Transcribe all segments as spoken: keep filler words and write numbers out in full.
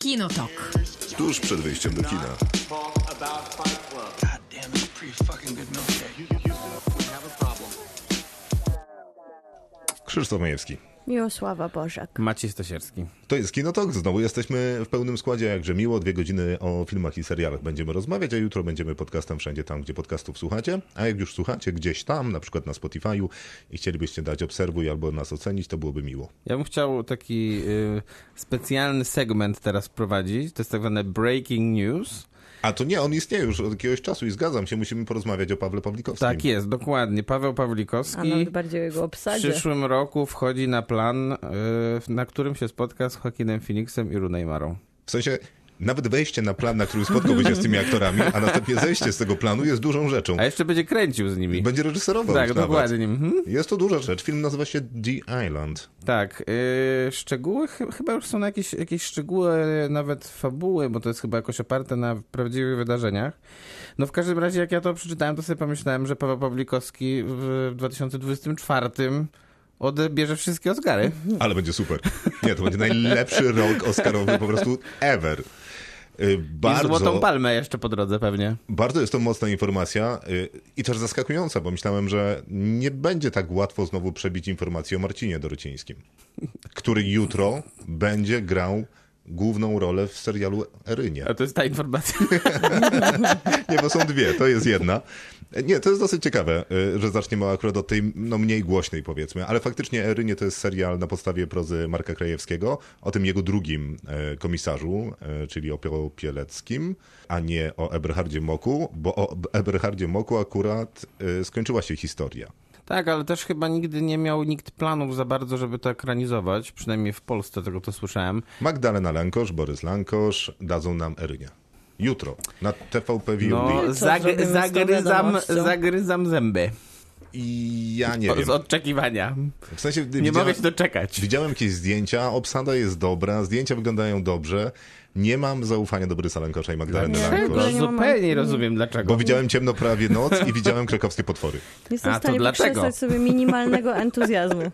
Kinotok. Tuż przed wyjściem do kina. Krzysztof Majewski. Miłosława Bożek. Maciej Stasierski. To jest Kinotok, znowu jesteśmy w pełnym składzie, jakże miło, dwie godziny o filmach i serialach będziemy rozmawiać, a jutro będziemy podcastem wszędzie tam, gdzie podcastów słuchacie, a jak już słuchacie gdzieś tam, na przykład na Spotify'u i chcielibyście dać obserwuj albo nas ocenić, to byłoby miło. Ja bym chciał taki y, specjalny segment teraz prowadzić, to jest tak zwane breaking news. A to nie, on istnieje już od jakiegoś czasu i zgadzam się, musimy porozmawiać o Pawle Pawlikowskim. Tak jest, dokładnie. Paweł Pawlikowski A nawet bardziej o jego obsadzie. w przyszłym roku wchodzi na plan, y, na którym się spotka z Joaquinem Phoenixem i Rooney Marą. W sensie, nawet wejście na plan, na którym spotkałby się z tymi aktorami, a następnie zejście z tego planu jest dużą rzeczą. A jeszcze będzie kręcił z nimi. Będzie reżyserował. Tak, już dokładnie. nawet. Mhm. Jest to duża rzecz. Film nazywa się The Island. Tak. Yy, szczegóły, ch- chyba już są na jakieś, jakieś szczegóły, nawet fabuły, bo to jest chyba jakoś oparte na prawdziwych wydarzeniach. No w każdym razie, jak ja to przeczytałem, to sobie pomyślałem, że Paweł Pawlikowski w dwa tysiące dwudziestym czwartym odbierze wszystkie Oscary. Ale będzie super. Nie, to będzie najlepszy rok oscarowy po prostu ever. Bardzo, I złotą palmę jeszcze po drodze pewnie. Bardzo jest to mocna informacja i też zaskakująca, bo myślałem, że nie będzie tak łatwo znowu przebić informacji o Marcinie Dorocińskim, który jutro będzie grał główną rolę w serialu Erynie. A to jest ta informacja. Nie, bo są dwie, to jest jedna. Nie, to jest dosyć ciekawe, że zaczniemy akurat od tej no, mniej głośnej, powiedzmy, ale faktycznie Erynie to jest serial na podstawie prozy Marka Krajewskiego, o tym jego drugim komisarzu, czyli o Pieleckim, a nie o Eberhardzie Moku, bo o Eberhardzie Moku akurat skończyła się historia. Tak, ale też chyba nigdy nie miał nikt planów za bardzo, żeby to ekranizować, przynajmniej w Polsce, tego to słyszałem. Magdalena Lankosz, Borys Lankosz dadzą nam Erynię. Jutro na T V P V O D. No, zag- zagryzam, zagryzam zęby. I ja nie o, wiem. Z oczekiwania. W sensie, nie widziałem, mogę się doczekać. Widziałem jakieś zdjęcia, obsada jest dobra, zdjęcia wyglądają dobrze. Nie mam zaufania do Borysa Lankosza i Magdaleny Dlaczego? Lankosz. Zupełnie nie rozumiem dlaczego. Bo widziałem Ciemno prawie noc i widziałem Krakowskie potwory. Nie jestem A, w stanie to dlaczego? poprzestać sobie minimalnego entuzjazmu.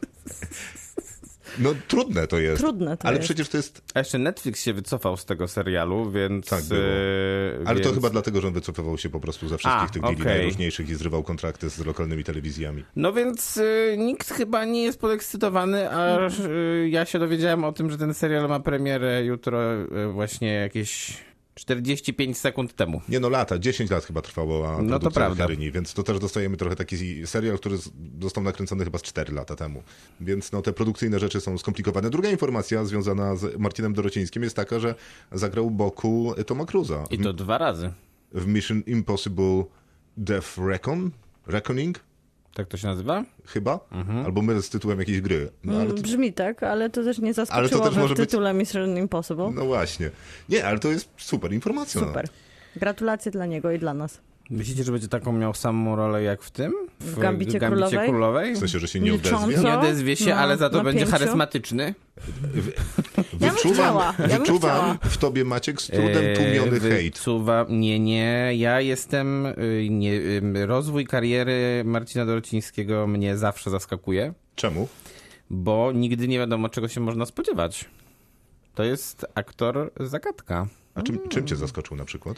No trudne to jest. Trudne to ale jest. przecież to jest... A jeszcze Netflix się wycofał z tego serialu, więc... Tak było. Yy, Ale więc... to chyba dlatego, że on wycofywał się po prostu ze wszystkich A, tych deali okej. najróżniejszych i zrywał kontrakty z lokalnymi telewizjami. No więc y, nikt chyba nie jest podekscytowany, a y, ja się dowiedziałem o tym, że ten serial ma premierę jutro y, właśnie jakieś czterdzieści pięć sekund temu. Nie no, lata, dziesięć lat chyba trwała No to produkcja prawda. Eryni, więc to też dostajemy trochę taki serial, który z- został nakręcony chyba z cztery lata temu. Więc no te produkcyjne rzeczy są skomplikowane. Druga informacja związana z Marcinem Dorocińskim jest taka, że zagrał u boku Toma Cruza I to dwa razy. w Mission Impossible Death Recon? Reckoning? Tak to się nazywa? Chyba? Mhm. Albo mylę z tytułem jakiejś gry. No, ale to, Brzmi tak, ale to też nie Ale zaskoczyło to też we może w być- tytule Mission Impossible. no właśnie. Nie, ale to jest super informacja. Super. Gratulacje dla niego i dla nas. Myślicie, że będzie taką miał samą rolę jak w tym? W Gambicie Królowej? Królowej? W sensie, że się nie Milcząco? odezwie. Nie odezwie się, Na- ale za to na będzie pięciu? charyzmatyczny. Ja bym chciała, ja bym wyczuwam chciała. w tobie, Maciek, z trudem Eee, tłumiony hejt. Wyczuwa... Nie, nie. Ja jestem... y, nie, y, rozwój kariery Marcina Dorocińskiego mnie zawsze zaskakuje, Czemu? bo nigdy nie wiadomo, czego się można spodziewać. To jest aktor zagadka. A czym, czym cię zaskoczył na przykład?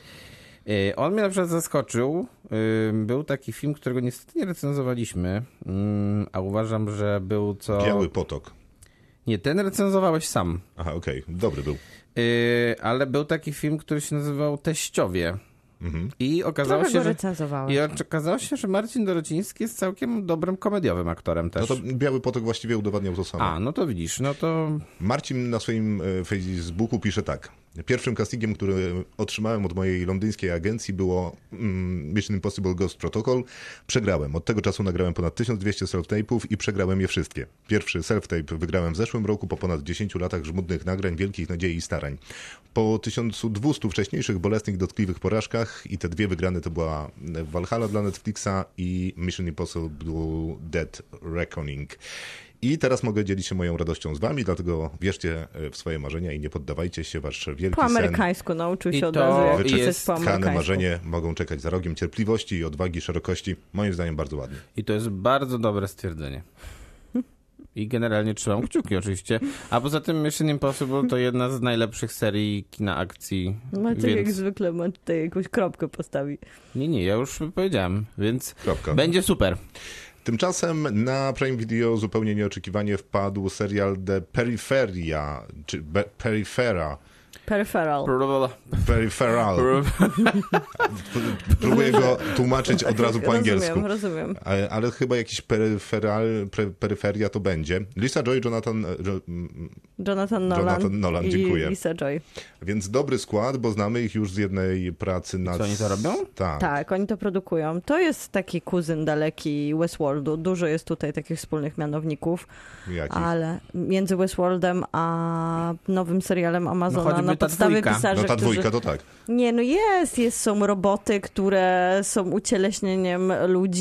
Y, On mnie na przykład zaskoczył. Y, Był taki film, którego niestety nie recenzowaliśmy, mm, a uważam, że był co... Biały Potok. Nie, ten recenzowałeś sam. Aha, okej, dobry był. Y, ale był taki film, który się nazywał Teściowie. Mhm. I okazało Trochę się, go że... recenzowałeś. I okazało się, że Marcin Dorociński jest całkiem dobrym komediowym aktorem No też. to Biały Potok właściwie udowadniał to samo. A, no to widzisz, no to... Marcin na swoim e, Facebooku pisze tak. Pierwszym castingiem, który otrzymałem od mojej londyńskiej agencji było mm, Mission Impossible Ghost Protocol. Przegrałem. Od tego czasu nagrałem ponad tysiąc dwieście self-tape'ów i przegrałem je wszystkie. Pierwszy self-tape wygrałem w zeszłym roku po ponad dziesięciu latach żmudnych nagrań, wielkich nadziei i starań. Po tysiąc dwieście wcześniejszych bolesnych, dotkliwych porażkach i te dwie wygrane to była Valhalla dla Netflixa i Mission Impossible Dead Reckoning. I teraz mogę dzielić się moją radością z wami, dlatego wierzcie w swoje marzenia i nie poddawajcie się, wasz wielki Po sen. amerykańsku nauczył I się od to razu, jak jest jest po Wyczekane amerykańsku. marzenie mogą czekać za rogiem cierpliwości i odwagi, szerokości. Moim zdaniem bardzo ładnie. I to jest bardzo dobre stwierdzenie. I generalnie trzymam kciuki oczywiście. A poza tym Mission Impossible to jedna z najlepszych serii kina akcji. Maciek więc... jak zwykle ma tutaj jakąś kropkę postawi. Nie, nie, ja już powiedziałem, więc Kropka. będzie super. Tymczasem na Prime Video zupełnie nieoczekiwanie wpadł serial The Peripheria, czy Be- Perifera. Peripheral. Peripheral. Próbuję go tłumaczyć od razu po angielsku. Rozumiem, rozumiem. Ale, ale chyba jakiś peryferal, pre, peryferia to będzie. Lisa Joy, Jonathan... Jonathan Nolan. Jonathan Nolan, dziękuję. I Lisa Joy. Więc dobry skład, bo znamy ich już z jednej pracy nad... Co oni to robią? Tak. Tak, oni to produkują. To jest taki kuzyn daleki Westworldu. Dużo jest tutaj takich wspólnych mianowników. Jakich? Ale między Westworldem a nowym serialem Amazona No na podstawie dwójka. pisarzy, No ta którzy... dwójka to tak. Nie, no jest, jest. Są roboty, które są ucieleśnieniem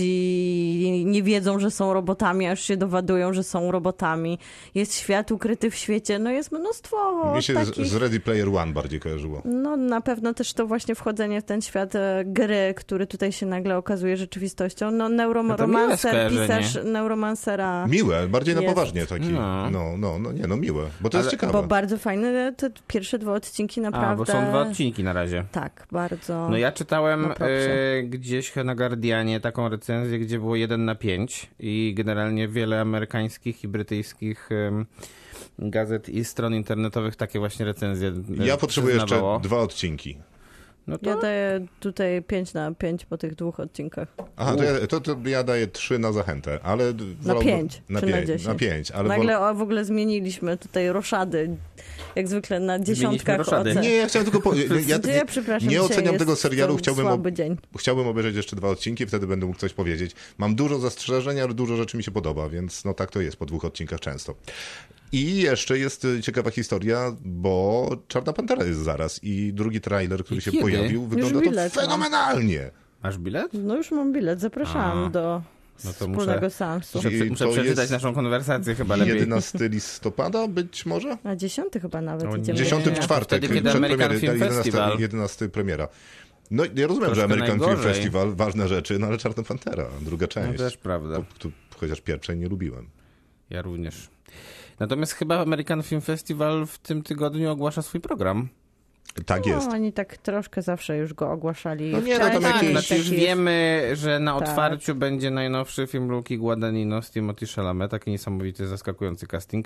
ludzi, nie wiedzą, że są robotami, aż się dowiadują, że są robotami. Jest świat ukryty w świecie, no jest mnóstwo Mi się takich... z Ready Player One bardziej kojarzyło. No na pewno też to właśnie wchodzenie w ten świat e, gry, który tutaj się nagle okazuje rzeczywistością. No Neuromancer, no pisarz Neuromancera. Miłe, bardziej na Jest. poważnie taki. No. No, no, no nie, no miłe, bo to Ale- jest ciekawe. Bo bardzo fajne te pierwsze dwa odcinki naprawdę. A, bo są dwa odcinki na razie. Tak, bardzo. No ja czytałem na propsie. e, gdzieś na Guardianie taką recenzję, gdzie było jeden na pięć i generalnie wiele amerykańskich i brytyjskich em, gazet i stron internetowych takie właśnie recenzje e, Ja potrzebuję jeszcze przyznawało. dwa odcinki. No to Ja daję tutaj pięć na pięć po tych dwóch odcinkach. Aha, to ja, to, to ja daję trzy na zachętę, ale... Na wolałbym- pięć, Na czy na pięć, dziesięć? na pięć, ale... Nagle wol- o, w ogóle zmieniliśmy tutaj roszady, jak zwykle na dziesiątkach roszady. ocen. Nie, ja chciałem tylko... Po... Ja, Gdzie ja, przepraszam, nie dzisiaj oceniam jest tego serialu, to chciałbym, ob... słaby dzień. chciałbym obejrzeć jeszcze dwa odcinki, wtedy będę mógł coś powiedzieć. Mam dużo zastrzeżeń, ale dużo rzeczy mi się podoba, więc no tak to jest po dwóch odcinkach często. I jeszcze jest y, ciekawa historia, bo Czarna Pantera jest zaraz i drugi trailer, który I się kiedy? pojawił, wygląda to bilet mam. fenomenalnie. masz bilet? No już mam bilet, zapraszam A, do no to wspólnego muszę- seansu. Muszę, I muszę to przeczytać jest naszą konwersację chyba lepiej. jedenastego listopada być może? Na dziesiąty chyba nawet O nie. idziemy. dziesiąty w Nie. czwartek, Wtedy, kiedy przed American premiery, Film jedenastego Festival. jedenastego premiera. No ja rozumiem, Troszkę że American Film najgorzej. Festival, ważne rzeczy, no ale Czarna Pantera, druga No część. też prawda. Po- tu- chociaż pierwszej nie lubiłem. Ja również. Natomiast chyba American Film Festival w tym tygodniu ogłasza swój program. Tak jest. No, oni tak troszkę zawsze już go ogłaszali. No nie, no tam wcześniej, jakieś- Znaczy już taki- wiemy, że na Tak. otwarciu będzie najnowszy film Luki Guadagnino z Timothée Chalamet, taki niesamowity, zaskakujący casting.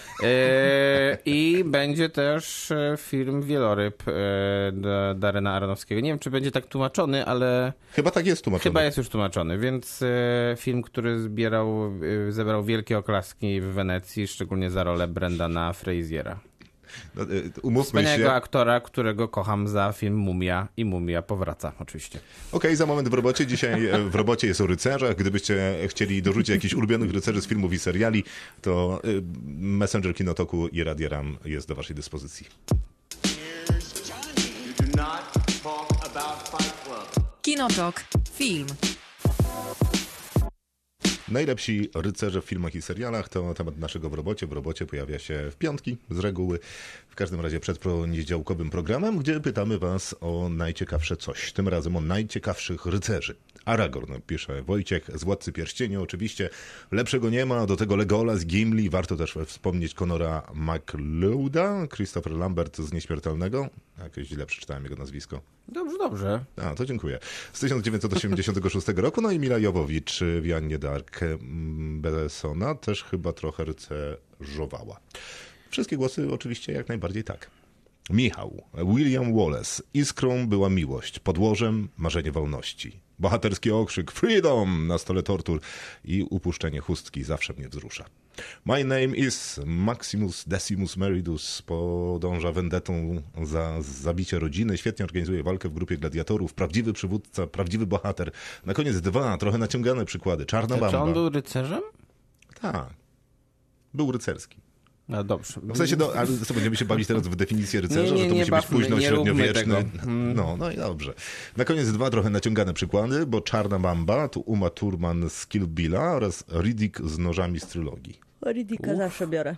E, I będzie też e, film Wieloryb e, da- Darrena Aronofskiego. Nie wiem, czy będzie tak tłumaczony, ale Chyba tak jest tłumaczone. chyba jest już tłumaczony, więc e, film, który zbierał, e, zebrał wielkie oklaski w Wenecji, szczególnie za rolę Brendana Fraziera. No, y, umówmy Wspaniałego się. aktora, którego kocham za film Mumia i Mumia powraca oczywiście. Okej, za moment w robocie. Dzisiaj e, w robocie jest o rycerzach. Gdybyście chcieli dorzucić jakichś ulubionych rycerzy z filmów i seriali, to y, Messenger Kinotoku i Radia RAM jest do waszej dyspozycji. You do not talk about Fight Club. Kinotok. Film. Najlepsi rycerze w filmach i serialach to temat naszego w robocie. W robocie pojawia się w piątki z reguły. W każdym razie przed poniedziałkowym programem, gdzie pytamy was o najciekawsze coś. Tym razem o najciekawszych rycerzy. Aragorn, pisze Wojciech z Władcy Pierścieni. Oczywiście lepszego nie ma. Do tego Legolas, Gimli. Warto też wspomnieć Conora McLeoda, Christopher Lambert z Nieśmiertelnego. Jakieś źle przeczytałem jego nazwisko. Dobrze, dobrze. A, to dziękuję. Z tysiąc dziewięćset osiemdziesiątego szóstego roku, no i Mila Jowowicz w Jannie Dark Bessona też chyba trochę rycerzowała. Wszystkie głosy oczywiście jak najbardziej tak. Michał, William Wallace, iskrą była miłość, podłożem marzenie wolności. Bohaterski okrzyk Freedom na stole tortur i upuszczenie chustki zawsze mnie wzrusza. My name is Maximus Decimus Meritus. Podąża vendetą za zabicie rodziny. Świetnie organizuje walkę w grupie gladiatorów. Prawdziwy przywódca, prawdziwy bohater. Na koniec dwa trochę naciągane przykłady. Czarna Czy on Bamba. był rycerzem? Tak. Był rycerski. No dobrze. No w sensie, no, ale co, będziemy się bawić teraz w definicję rycerza, Nie, nie, że to nie musi bawmy, być późno nie róbmy średniowieczny. tego. No, no i dobrze. Na koniec dwa trochę naciągane przykłady, bo Czarna Mamba, tu Uma Thurman z Kill Billa oraz Riddick z Nożami z trylogii. Riddicka zawsze biorę.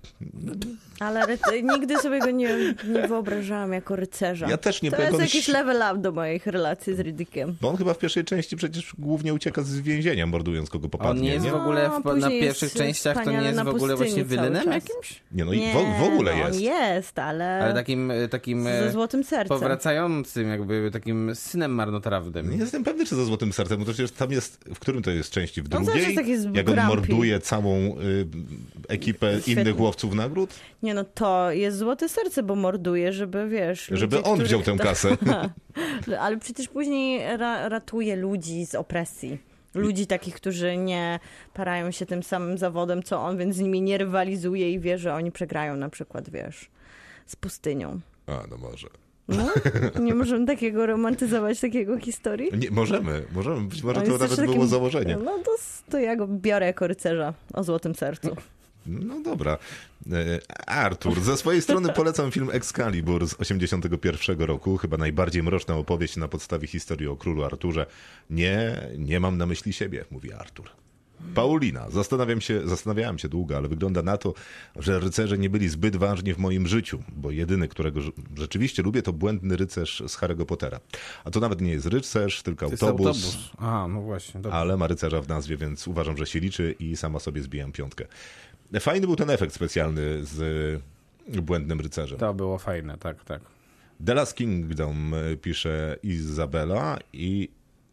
Ale ry- nigdy sobie go nie, nie wyobrażałam jako rycerza. Ja też nie, To bo jest on jakiś ś- level up do moich relacji z Riddickiem. Bo on chyba w pierwszej części przecież głównie ucieka z więzienia, mordując kogo On popadnie. nie jest nie? w ogóle, No, w, na później pierwszych jest częściach to nie wspaniale jest na w ogóle pustyni właśnie cały wilenem czas. jakimś? Nie, no i Nie, w, w ogóle no, jest. on jest, ale Ale takim, takim ze e, złotym sercem. powracającym jakby takim synem marnotrawnym. Nie jestem pewny, czy ze złotym sercem, bo to przecież tam jest, w którym to jest części? W On zawsze drugiej? taki jest Jak on grumpy. morduje całą y, ekipę Świetnie. innych łowców nagród? Nie no, to jest złote serce, bo morduje, żeby, wiesz... Żeby ludzie, on których wziął tę to- kasę. Ale przecież później ra- ratuje ludzi z opresji. Ludzi takich, którzy nie parają się tym samym zawodem, co on, więc z nimi nie rywalizuje i wie, że oni przegrają na przykład, wiesz, z pustynią. A, no może. No, nie możemy takiego romantyzować, takiego historii? Nie, możemy, możemy. Być może On to jest nawet też było takim- założenie. No to, to ja go biorę jako rycerza o złotym sercu. No dobra. E, Artur, ze swojej strony polecam film Excalibur z osiemdziesiątego pierwszego roku. Chyba najbardziej mroczna opowieść na podstawie historii o królu Arturze. Nie, nie mam na myśli siebie, mówi Artur. Paulina, zastanawiam się, zastanawiałem się długo, ale wygląda na to, że rycerze nie byli zbyt ważni w moim życiu, bo jedyny, którego rze- rzeczywiście lubię, to błędny rycerz z Harry'ego Pottera. A to nawet nie jest rycerz, tylko To jest autobus, autobus. Aha, no właśnie. Dobra. ale ma rycerza w nazwie, więc uważam, że się liczy i sama sobie zbijam piątkę. Fajny był ten efekt specjalny z błędnym rycerzem. To było fajne, tak, tak. The Last Kingdom pisze Izabela i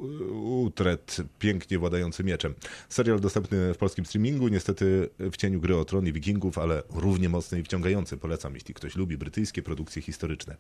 Utrecht, pięknie władający mieczem. Serial dostępny w polskim streamingu, niestety w cieniu Gry o Tron i Wikingów, ale równie mocny i wciągający. Polecam, jeśli ktoś lubi brytyjskie produkcje historyczne.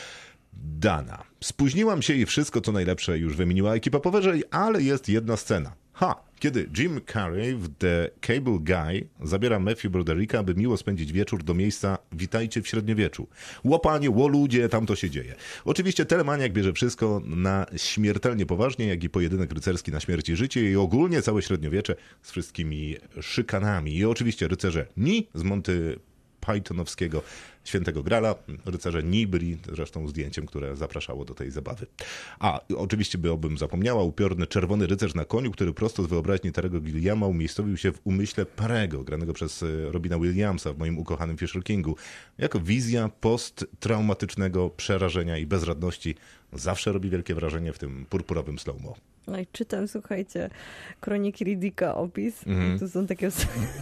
Dana. Spóźniłam się i wszystko co najlepsze już wymieniła ekipa powyżej, ale jest jedna scena. Ha! Kiedy Jim Carrey w The Cable Guy zabiera Matthew Brodericka, aby miło spędzić wieczór do miejsca Witajcie w średniowieczu. Łopanie, łoludzie, tam to się dzieje. Oczywiście Telemaniak bierze wszystko na śmiertelnie poważnie, jak i pojedynek rycerski na śmierć i życie i ogólnie całe średniowiecze z wszystkimi szykanami. I oczywiście rycerze Ni z Monty Pythonowskiego Świętego Grala, rycerze Ni byli zresztą zdjęciem, które zapraszało do tej zabawy. A oczywiście byłbym zapomniała, upiorny czerwony rycerz na koniu, który prosto z wyobraźni Terry'ego Gilliama umiejscowił się w umyśle Parego, granego przez Robina Williamsa w moim ukochanym Fisher Kingu, jako wizja posttraumatycznego przerażenia i bezradności. Zawsze robi wielkie wrażenie w tym purpurowym slow-mo. No i czytam, słuchajcie, Kroniki Riddicka, opis. Mhm. Tu są takie...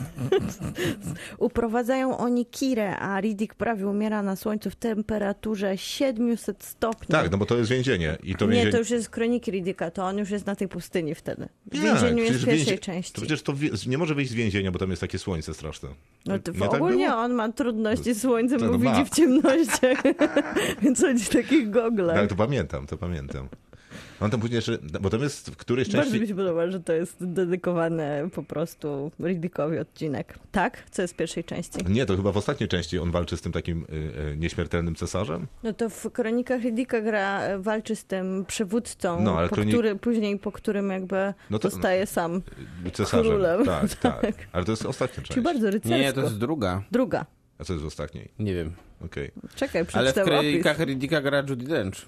Uprowadzają oni Kirę, a Riddick prawie umiera na słońcu w temperaturze siedemset stopni. Tak, no bo to jest więzienie. I to Nie, więzienie... to już jest Kroniki Riddicka, to on już jest na tej pustyni wtedy. W Nie, więzieniu jest przecież w pierwszej więzie- części. To przecież to wie- nie może wyjść z więzienia, bo tam jest takie słońce straszne. No to Nie tak ogólnie było? on ma trudności z słońcem, To bo no widzi ma. w ciemnościach. Więc chodzi w takich goglach. Tak, to pamiętam, to pamiętam. On tam później jeszcze, bo tam jest w którejś Bardzo części... mi się podoba, że to jest dedykowany po prostu Riddickowi odcinek. Tak? Co jest w pierwszej części? Nie, to chyba w ostatniej części on walczy z tym takim y, y, nieśmiertelnym cesarzem. No to w Kronikach Riddicka gra, walczy z tym przywódcą, No, ale po kronik- który, później po którym jakby No to- zostaje sam. Y, Cesarzem. Królem. Tak, tak, Tak. Ale to jest ostatnia część. Czyli bardzo rycersko. Nie, to jest druga. Druga. A co jest w ostatniej? Nie wiem. Okej. Czekaj, Ale w przeczytam opis. Kronikach Riddicka gra Judi Dench.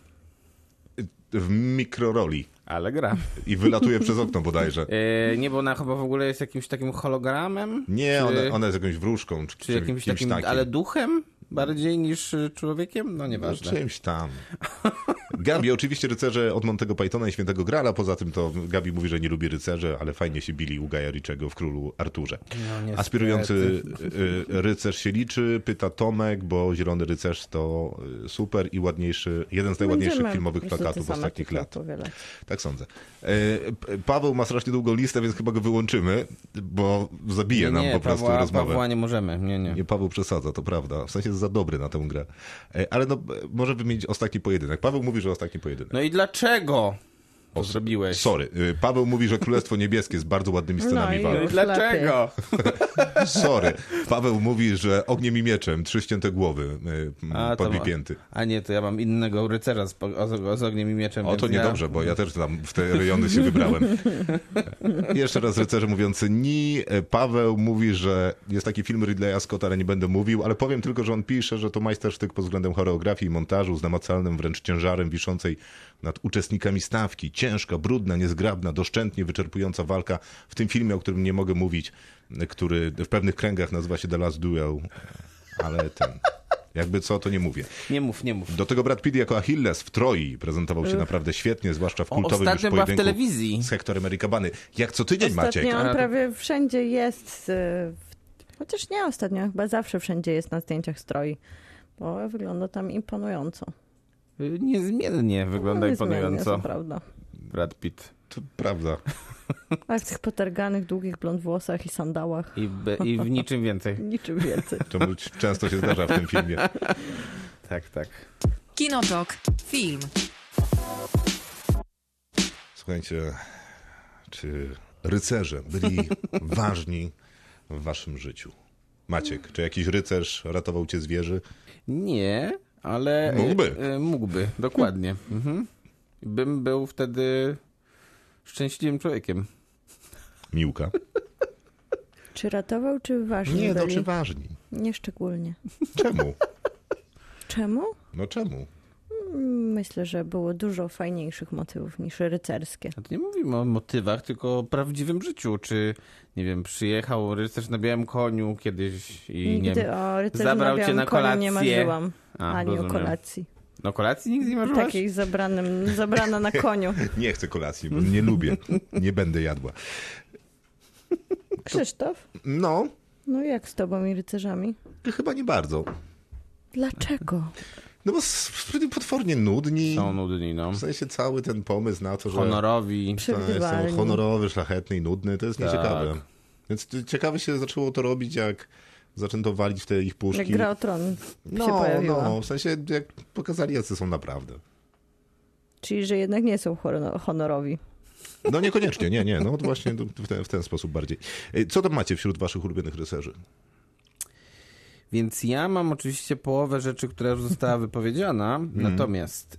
W mikroroli. Ale gra. I wylatuje przez okno bodajże. E, nie, bo ona chyba w ogóle jest jakimś takim hologramem? Nie, czy, ona, ona jest jakąś wróżką, czy, Czy jakimś kimś takim, takim. ale duchem bardziej niż y, człowiekiem? No No, nieważne. czymś tam. Gabi, oczywiście rycerze od Montego Pythona i Świętego Grala, poza tym to Gabi mówi, że nie lubi rycerzy, ale fajnie się bili u Gaja Richiego w Królu Arturze. No, niestety. Aspirujący y, y, rycerz się liczy, pyta Tomek, bo Zielony Rycerz to y, super i ładniejszy, jeden z najładniejszych Będziemy filmowych jeszcze te plakatów same ostatnich tytuły lat. powielać. Tak sądzę. E, P- Paweł ma strasznie długą listę, więc chyba go wyłączymy, bo zabije nie, nam nie, po prostu Pawła, rozmowę. Pawła nie możemy. Nie, nie. Nie, Paweł przesadza, to prawda. W sensie jest za dobry na tę grę. E, Ale no, może wymienić ostatni pojedynek. Paweł mówi, że ostatni pojedynek. No i dlaczego to O, zrobiłeś? Sorry. Y, Paweł mówi, że Królestwo Niebieskie z bardzo ładnymi scenami No i walk. No i już dlaczego? Sorry. Paweł mówi, że ogniem i mieczem, trzy ścięte głowy, y, A, to podbipięty. ma- A nie, to ja mam innego rycerza z, po- o- z ogniem i mieczem. O, więc to ja... niedobrze, bo ja też tam w te rejony się wybrałem. Jeszcze raz rycerze mówiący ni. Paweł mówi, że jest taki film Ridleya Scotta, ale nie będę mówił, ale powiem tylko, że on pisze, że to majstersztyk pod względem choreografii i montażu z namacalnym wręcz ciężarem wiszącej nad uczestnikami stawki. Ciężka, brudna, niezgrabna, doszczętnie wyczerpująca walka w tym filmie, o którym nie mogę mówić, który w pewnych kręgach nazywa się The Last Duel. ale ten... Jakby co, to nie mówię. Nie mów, nie mów. Do tego Brad Pitt jako Achilles w Troi prezentował się naprawdę świetnie, zwłaszcza w O, kultowym już ostatnio była w pojedynku telewizji. z Hectorem Ericabany. Jak co tydzień, Ostatnio Maciek. on A, to- prawie wszędzie jest, y, w- chociaż nie ostatnio, chyba zawsze wszędzie jest na zdjęciach stroi, bo wygląda tam imponująco. Niezmiennie wygląda No, niezmiennie, imponująco. To prawda. Brad Pitt. To prawda. A w tych potarganych, długich blond włosach i sandałach. I, be, I w niczym więcej. Niczym więcej. To często się zdarza w tym filmie. Tak, tak. Kinotok. Film. Słuchajcie, czy rycerze byli ważni w waszym życiu? Maciek, czy jakiś rycerz ratował cię z wieży? Nie, ale... Mógłby. E, e, mógłby, dokładnie. Mhm. Bym był wtedy szczęśliwym człowiekiem. Miłka? Czy ratował, czy ważni Nie, no byli? czy ważni? Nie szczególnie. Czemu? Czemu? No czemu? Myślę, że było dużo fajniejszych motywów niż rycerskie. A to nie mówimy o motywach, tylko o prawdziwym życiu. Czy, nie wiem, przyjechał rycerz na białym koniu kiedyś i nie Nigdy wiem, o rycerzu zabrał na cię białym na koniu kolację. nie marzyłam. A, ani rozumiem. o kolacji. No kolacji nigdy nie marzyłaś? Takiej zabranym, zabrana na koniu. Nie chcę kolacji, bo nie lubię. Nie będę jadła. Krzysztof? No, No jak z tobą i rycerzami? chyba nie bardzo. Dlaczego? No bo s- potwornie nudni. Są nudni, no. W sensie cały ten pomysł na to, że Honorowi. to Przewidywalni. są honorowy, szlachetny i nudny, to jest Tak. nieciekawe. Więc t- ciekawe się zaczęło to robić, jak zaczęto walić w te ich puszki. Jak Gra o Tron się no, pojawiła. no, w sensie jak pokazali, jacy są naprawdę. Czyli, że jednak nie są hono- honorowi. No niekoniecznie, nie, nie, no właśnie w ten, w ten sposób bardziej. Ej, co tam macie wśród waszych ulubionych rycerzy? Więc ja mam oczywiście połowę rzeczy, która już została wypowiedziana, natomiast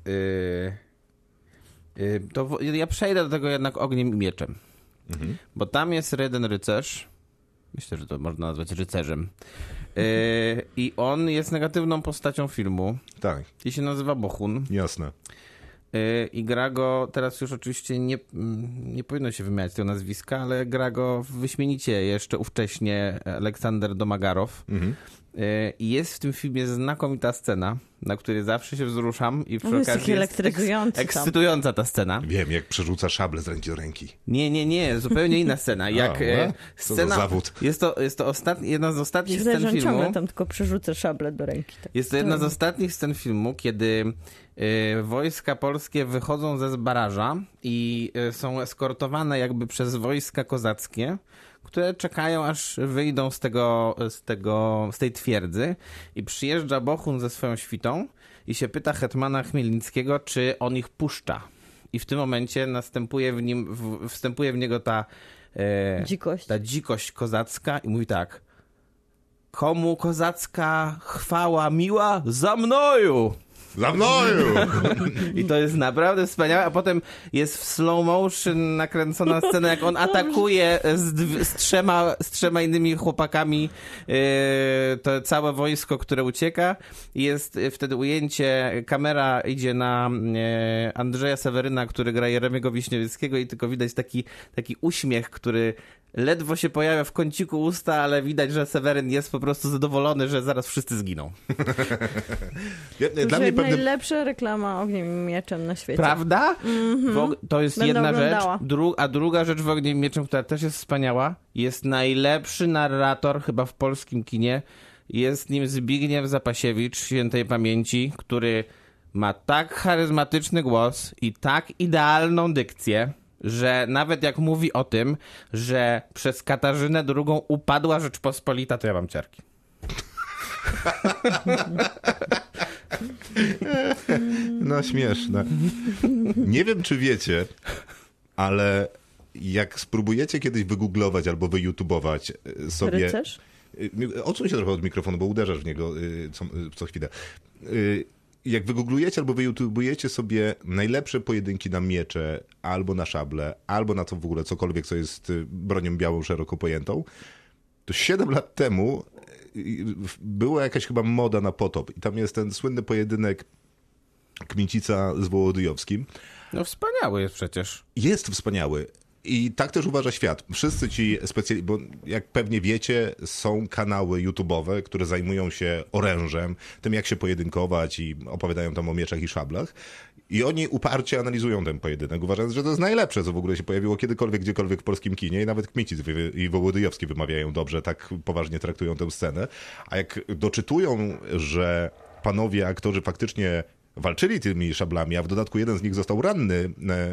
yy, yy, to w, ja przejdę do tego jednak ogniem i mieczem. Mhm. Bo tam jest jeden rycerz, myślę, że to można nazwać rycerzem, yy, i on jest negatywną postacią filmu Tak, i się nazywa Bohun. jasne. Yy, I gra go, teraz już oczywiście nie, nie powinno się wymieniać tego nazwiska, ale gra go wyśmienicie jeszcze ówcześnie Aleksander Domagarow. Mhm. Yy, I jest w tym filmie znakomita scena, na której zawsze się wzruszam i przy On jest okazji taki jest elektryzujący eks- tam. ekscytująca ta scena. Wiem, jak przerzuca szable z ręki do ręki. Nie, nie, nie, zupełnie inna scena. Jak A, e, co za zawód. Jest to, jest to ostatni, jedna z ostatnich Myślę, że scen on ciągle filmu. tam tylko przerzuca szablę do ręki. Tak. Jest to jedna z ostatnich scen filmu, kiedy e, wojska polskie wychodzą ze zbaraża i e, są eskortowane jakby przez wojska kozackie, które czekają, aż wyjdą z tego, z tego, z tej twierdzy i przyjeżdża Bohun ze swoją świtą i się pyta hetmana Chmielnickiego, czy on ich puszcza. I w tym momencie następuje w nim, w, wstępuje w niego ta, e, Dzikość. ta dzikość kozacka i mówi tak: komu kozacka chwała miła? Za mnoju! Za mnoju! I to jest naprawdę wspaniałe, a potem jest w slow motion nakręcona scena, jak on atakuje z, dw- z, trzema, z trzema innymi chłopakami yy, to całe wojsko, które ucieka. Jest wtedy ujęcie, kamera idzie na yy, Andrzeja Seweryna, który gra Jeremiego Wiśniewieckiego i tylko widać taki, taki uśmiech, który ledwo się pojawia w kąciku usta, ale widać, że Seweryn jest po prostu zadowolony, że zaraz wszyscy zginą. Ja, To dla już mnie pewne... najlepsza reklama ogniem i mieczem na świecie. Prawda? Wo- to jest Będę jedna oglądała. rzecz. Dru- a druga rzecz w Ogniem i Mieczem, która też jest wspaniała, jest najlepszy narrator chyba w polskim kinie. Jest nim Zbigniew Zapasiewicz, świętej pamięci, który ma tak charyzmatyczny głos i tak idealną dykcję, że nawet jak mówi o tym, że przez Katarzynę drugą upadła Rzeczpospolita, to ja mam ciarki. No śmieszne. Nie wiem, czy wiecie, ale jak spróbujecie kiedyś wygooglować albo wyjutubować y, sobie... Rycerz? Y, Odsuń się trochę od mikrofonu, bo uderzasz w niego y, co, y, co chwilę. Y, Jak wygooglujecie albo wyjutubujecie sobie najlepsze pojedynki na miecze, albo na szable, albo na to w ogóle cokolwiek, co jest y, bronią białą, szeroko pojętą, to siedem lat temu y, była jakaś chyba moda na potop. I tam jest ten słynny pojedynek Kmicica z Wołodyjowskim. No wspaniały jest przecież. Jest wspaniały. I tak też uważa świat. Wszyscy ci specjaliści, bo jak pewnie wiecie, są kanały YouTube'owe, które zajmują się orężem, tym jak się pojedynkować i opowiadają tam o mieczach i szablach. I oni uparcie analizują ten pojedynek, uważając, że to jest najlepsze, co w ogóle się pojawiło kiedykolwiek, gdziekolwiek w polskim kinie. I nawet Kmicic i Wołodyjowski wymawiają dobrze, tak poważnie traktują tę scenę. A jak doczytują, że panowie aktorzy faktycznie walczyli tymi szablami, a w dodatku jeden z nich został ranny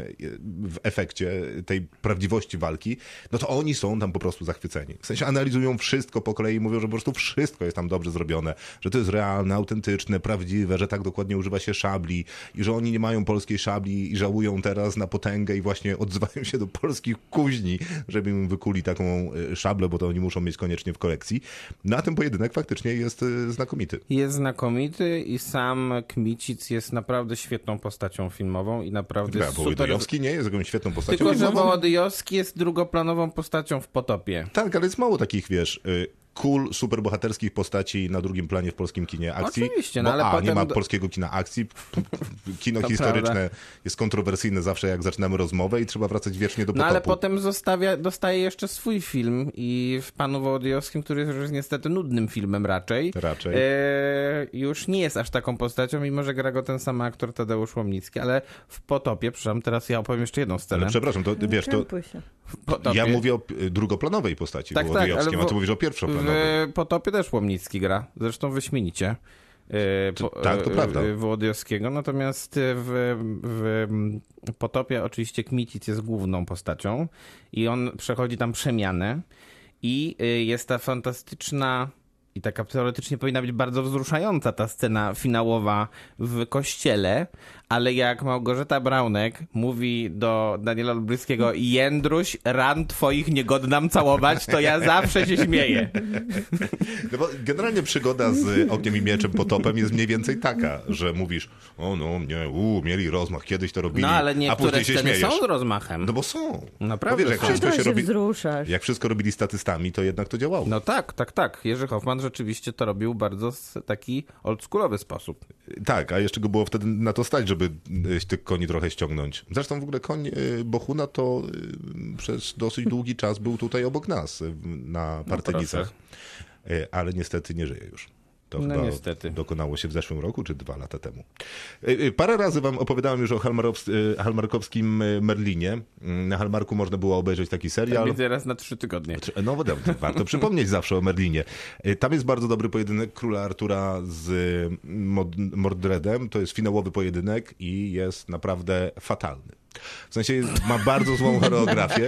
w efekcie tej prawdziwości walki, no to oni są tam po prostu zachwyceni. W sensie analizują wszystko po kolei, mówią, że po prostu wszystko jest tam dobrze zrobione, że to jest realne, autentyczne, prawdziwe, że tak dokładnie używa się szabli i że oni nie mają polskiej szabli i żałują teraz na potęgę i właśnie odzywają się do polskich kuźni, żeby im wykuli taką szablę, bo to oni muszą mieć koniecznie w kolekcji. No a ten pojedynek faktycznie jest znakomity. Jest znakomity i sam Kmicic jest naprawdę świetną postacią filmową i naprawdę Ja, jest super... Wołodyjowski nie jest jakąś świetną postacią Tylko, że filmową. Wołodyjowski jest drugoplanową postacią w Potopie. Tak, ale jest mało takich, wiesz, cool, superbohaterskich postaci na drugim planie w polskim kinie akcji. Oczywiście, bo no ale a, potem... nie ma polskiego kina akcji. Kino To historyczne prawda. jest kontrowersyjne zawsze, jak zaczynamy rozmowę i trzeba wracać wiecznie do No potopu. ale potem zostawia, dostaje jeszcze swój film i w Panu Wołodyjowskim, który jest już niestety nudnym filmem raczej, Raczej. E, już nie jest aż taką postacią, mimo że gra go ten sam aktor Tadeusz Łomnicki, ale w Potopie, przepraszam, teraz ja opowiem jeszcze jedną scenę. Ale przepraszam, to wiesz, to Krępuj się. W Potopie, ja mówię o p- drugoplanowej postaci Tak, Wołodyjowskim, tak, ale a ty w- mówisz o pierwszoplanowej. w Potopie też Łomnicki gra, zresztą wyśmienicie. E, po, tak, to e, prawda. e, Wołodyjowskiego, natomiast w, w Potopie oczywiście Kmicic jest główną postacią i on przechodzi tam przemianę i e, jest ta fantastyczna i taka teoretycznie powinna być bardzo wzruszająca ta scena finałowa w kościele, ale jak Małgorzata Braunek mówi do Daniela Olbryskiego: Jędruś, ran twoich nie godnam całować, to ja zawsze się śmieję. No bo generalnie przygoda z Ogniem i Mieczem, Potopem jest mniej więcej taka, że mówisz, o no, nie, u, mieli rozmach, kiedyś to robili, No ale a niektóre później się sceny śmiejesz. są z rozmachem. No bo są. Naprawdę No wiesz, jak są. wszystko Trochę się się robi, wzruszasz. jak wszystko robili statystami, to jednak to działało. No tak, tak, tak. Jerzy Hoffman rzeczywiście to robił bardzo w taki oldschoolowy sposób. Tak, a jeszcze go było wtedy na to stać, żeby y, tych koni trochę ściągnąć. Zresztą w ogóle koń y, Bohuna to y, przez dosyć długi czas był tutaj obok nas, y, na Partynicach. Y, ale niestety nie żyje już. To No chyba niestety. dokonało się w zeszłym roku, czy dwa lata temu. Y, y, Parę razy wam opowiadałem już o Hallmarkows- y, Hallmarkowskim y, Merlinie. Y, Na Hallmarku można było obejrzeć taki serial. Więc raz na trzy tygodnie. No bo warto przypomnieć zawsze o Merlinie. Tam jest bardzo dobry pojedynek Króla Artura z Mod- Mordredem. To jest finałowy pojedynek i jest naprawdę fatalny. W sensie jest, ma bardzo złą choreografię.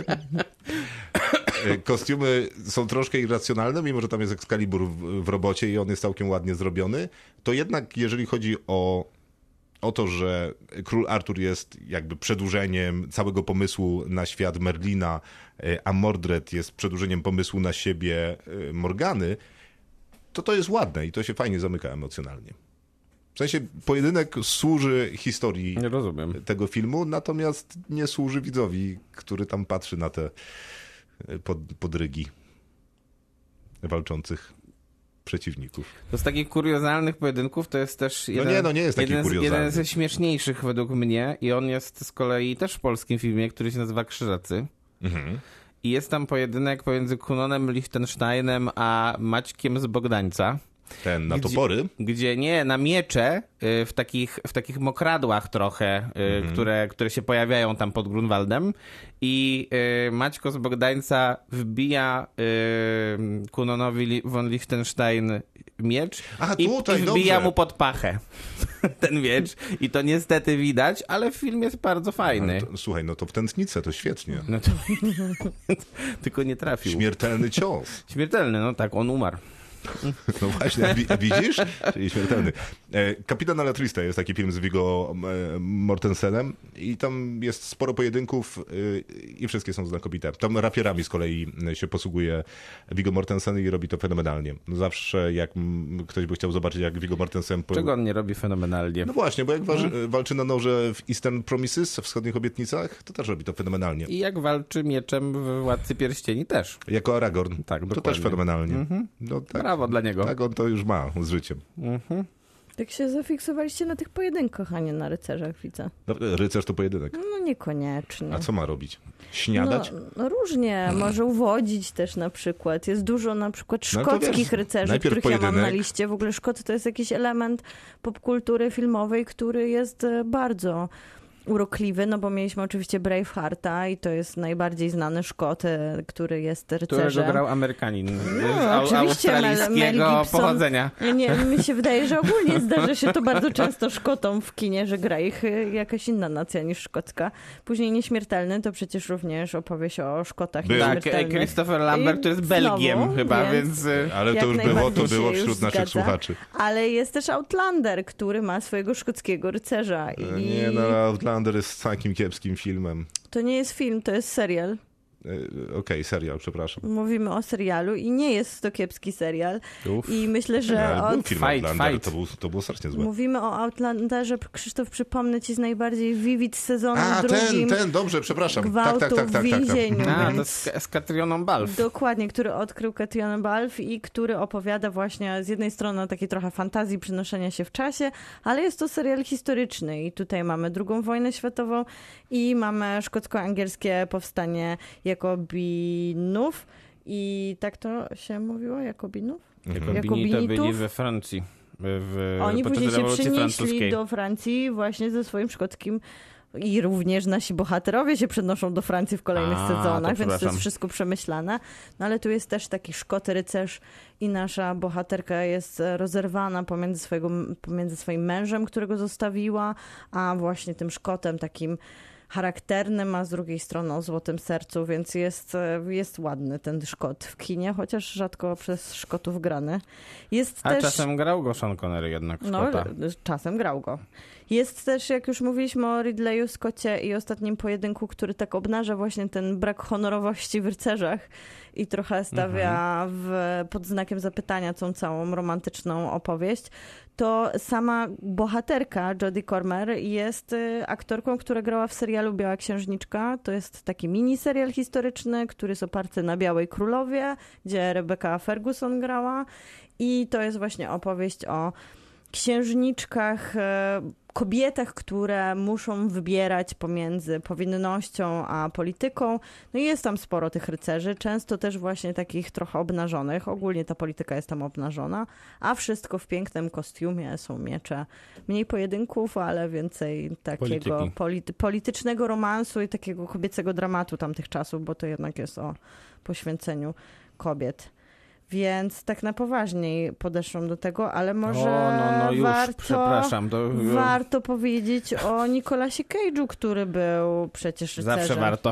Kostiumy są troszkę irracjonalne, mimo że tam jest Excalibur w, w robocie i on jest całkiem ładnie zrobiony. To jednak jeżeli chodzi o o to, że Król Artur jest jakby przedłużeniem całego pomysłu na świat Merlina, a Mordred jest przedłużeniem pomysłu na siebie Morgany, to to jest ładne i to się fajnie zamyka emocjonalnie. W sensie pojedynek służy historii Nie rozumiem. tego filmu, natomiast nie służy widzowi, który tam patrzy na te pod, podrygi walczących przeciwników. To z takich kuriozalnych pojedynków to jest też jeden, nie, no nie jest taki jeden, z, kuriozalny. jeden ze śmieszniejszych według mnie i on jest z kolei też w polskim filmie, który się nazywa Krzyżacy. Mhm. I jest tam pojedynek pomiędzy Kunonem Lichtensteinem a Maćkiem z Bogdańca. Ten na Gdzie- topory? Gdzie nie, na miecze y, w takich, w takich mokradłach trochę, y, Mhm. które, które się pojawiają tam pod Grunwaldem i y, Maćko z Bogdańca wbija y, Kunonowi Li- von Liechtenstein miecz Aha, i, tutaj, i wbija dobrze. mu pod pachę ten miecz i to niestety widać, ale film jest bardzo fajny. Ale to, słuchaj, no to w tętnicę to świetnie. No to, tylko nie trafił. Śmiertelny cios. Śmiertelny, no tak, on umarł. No właśnie, a wi- a widzisz? Czyli śmiertelny. E, Kapitan Alatrista jest taki film z Viggo e, Mortensenem i tam jest sporo pojedynków e, i wszystkie są znakomite. Tam rapierami z kolei się posługuje Viggo Mortensen i robi to fenomenalnie. Zawsze jak m, ktoś by chciał zobaczyć, jak Viggo Mortensen... Po... Czego on nie robi fenomenalnie? No właśnie, bo jak waży, walczy na noże w Eastern Promises, w wschodnich obietnicach, to też robi to fenomenalnie. I jak walczy mieczem w Władcy Pierścieni też. Jako Aragorn, Tak, to dokładnie. też fenomenalnie. No, tak, Brawo dla niego. tak on to już ma z życiem. Tak się zafiksowaliście na tych pojedynkach, a nie na rycerzach, widzę. No, rycerz to pojedynek. No niekoniecznie. A co ma robić? Śniadać? No, no różnie, może uwodzić też na przykład. Jest dużo na przykład No to szkockich wiesz, rycerzy, najpierw których ja mam na pojedynek. liście. W ogóle Szkot to jest jakiś element popkultury filmowej, który jest e, bardzo urokliwy, no bo mieliśmy oczywiście Bravehearta i to jest najbardziej znany Szkot, e, który jest rycerzem. Którego grał Amerykanin No, z au- oczywiście Mel, Mel australijskiego Gibson. pochodzenia. Nie, mi się wydaje, że ogólnie zdarza się to bardzo często Szkotom w kinie, że gra ich y, jakaś inna nacja niż szkocka. Później Nieśmiertelny to przecież również opowieść o Szkotach Był. Tak, nieśmiertelnych. Christopher Lambert to jest I Belgiem znowu, chyba, więc- więc... y, Ale jak to już było, najbardziej to się było już wśród naszych zgadza. słuchaczy. Ale jest też Outlander, który ma swojego szkockiego rycerza. I Nie, no Outlander jest takim kiepskim filmem. to nie jest film, to jest serial. E, Okej, serial, przepraszam. Mówimy o serialu i nie jest to kiepski serial. Uf. I myślę, że Ale był od... film Fight, Outlander, fight. To, był, to było strasznie złe. Mówimy o Outlanderze. Krzysztof, przypomnę ci z najbardziej vivid sezonu A, drugim. ten, ten, dobrze, przepraszam. Tak, Gwałtu tak, tak, w tak, tak, tak. więzieniu. A, to więc- z, z Katrioną Balf. Dokładnie, który odkrył Catriona Balfe i który opowiada właśnie z jednej strony o takiej trochę fantazji przenoszenia się w czasie, ale jest to serial historyczny i tutaj mamy drugą wojnę światową i mamy szkocko-angielskie powstanie Jakobinów i tak to się mówiło? Jakobinów? Jakobini to Jakobinitów? byli we Francji. W, Oni podczas później się rewolucji przenieśli francuskiej. do Francji właśnie ze swoim szkockim i również nasi bohaterowie się przenoszą do Francji w kolejnych A, sezonach, to więc to przepraszam. jest wszystko przemyślane. No ale tu jest też taki Szkot rycerz i nasza bohaterka jest rozerwana pomiędzy, swojego, pomiędzy swoim mężem, którego zostawiła, a właśnie tym Szkotem takim charakternym, a z drugiej strony o złotym sercu, więc jest, jest ładny ten Szkot w kinie, chociaż rzadko przez Szkotów grany. Jest A też... czasem grał go Sean Connery jednak, No, Scotta. czasem grał go. Jest też, jak już mówiliśmy o Ridleyu Scotcie i ostatnim pojedynku, który tak obnaża właśnie ten brak honorowości w rycerzach i trochę stawia w, pod znakiem zapytania tą całą romantyczną opowieść, to sama bohaterka Jodie Comer jest y, aktorką, która grała w serialu Biała Księżniczka. To jest taki mini serial historyczny, który jest oparty na Białej Królowie, gdzie Rebecca Ferguson grała i to jest właśnie opowieść o księżniczkach, e, kobietach, które muszą wybierać pomiędzy powinnością a polityką. No i jest tam sporo tych rycerzy, często też właśnie takich trochę obnażonych. Ogólnie ta polityka jest tam obnażona, a wszystko w pięknym kostiumie, są miecze. Mniej pojedynków, ale więcej takiego Polityki. polity- politycznego romansu i takiego kobiecego dramatu tamtych czasów, bo to jednak jest o poświęceniu kobiet. Więc tak na poważniej podeszłam do tego, ale może O, no, no już, warto, przepraszam. To, warto powiedzieć o Nicolasie Cage'u, który był przecież rycerzem. Zawsze warto.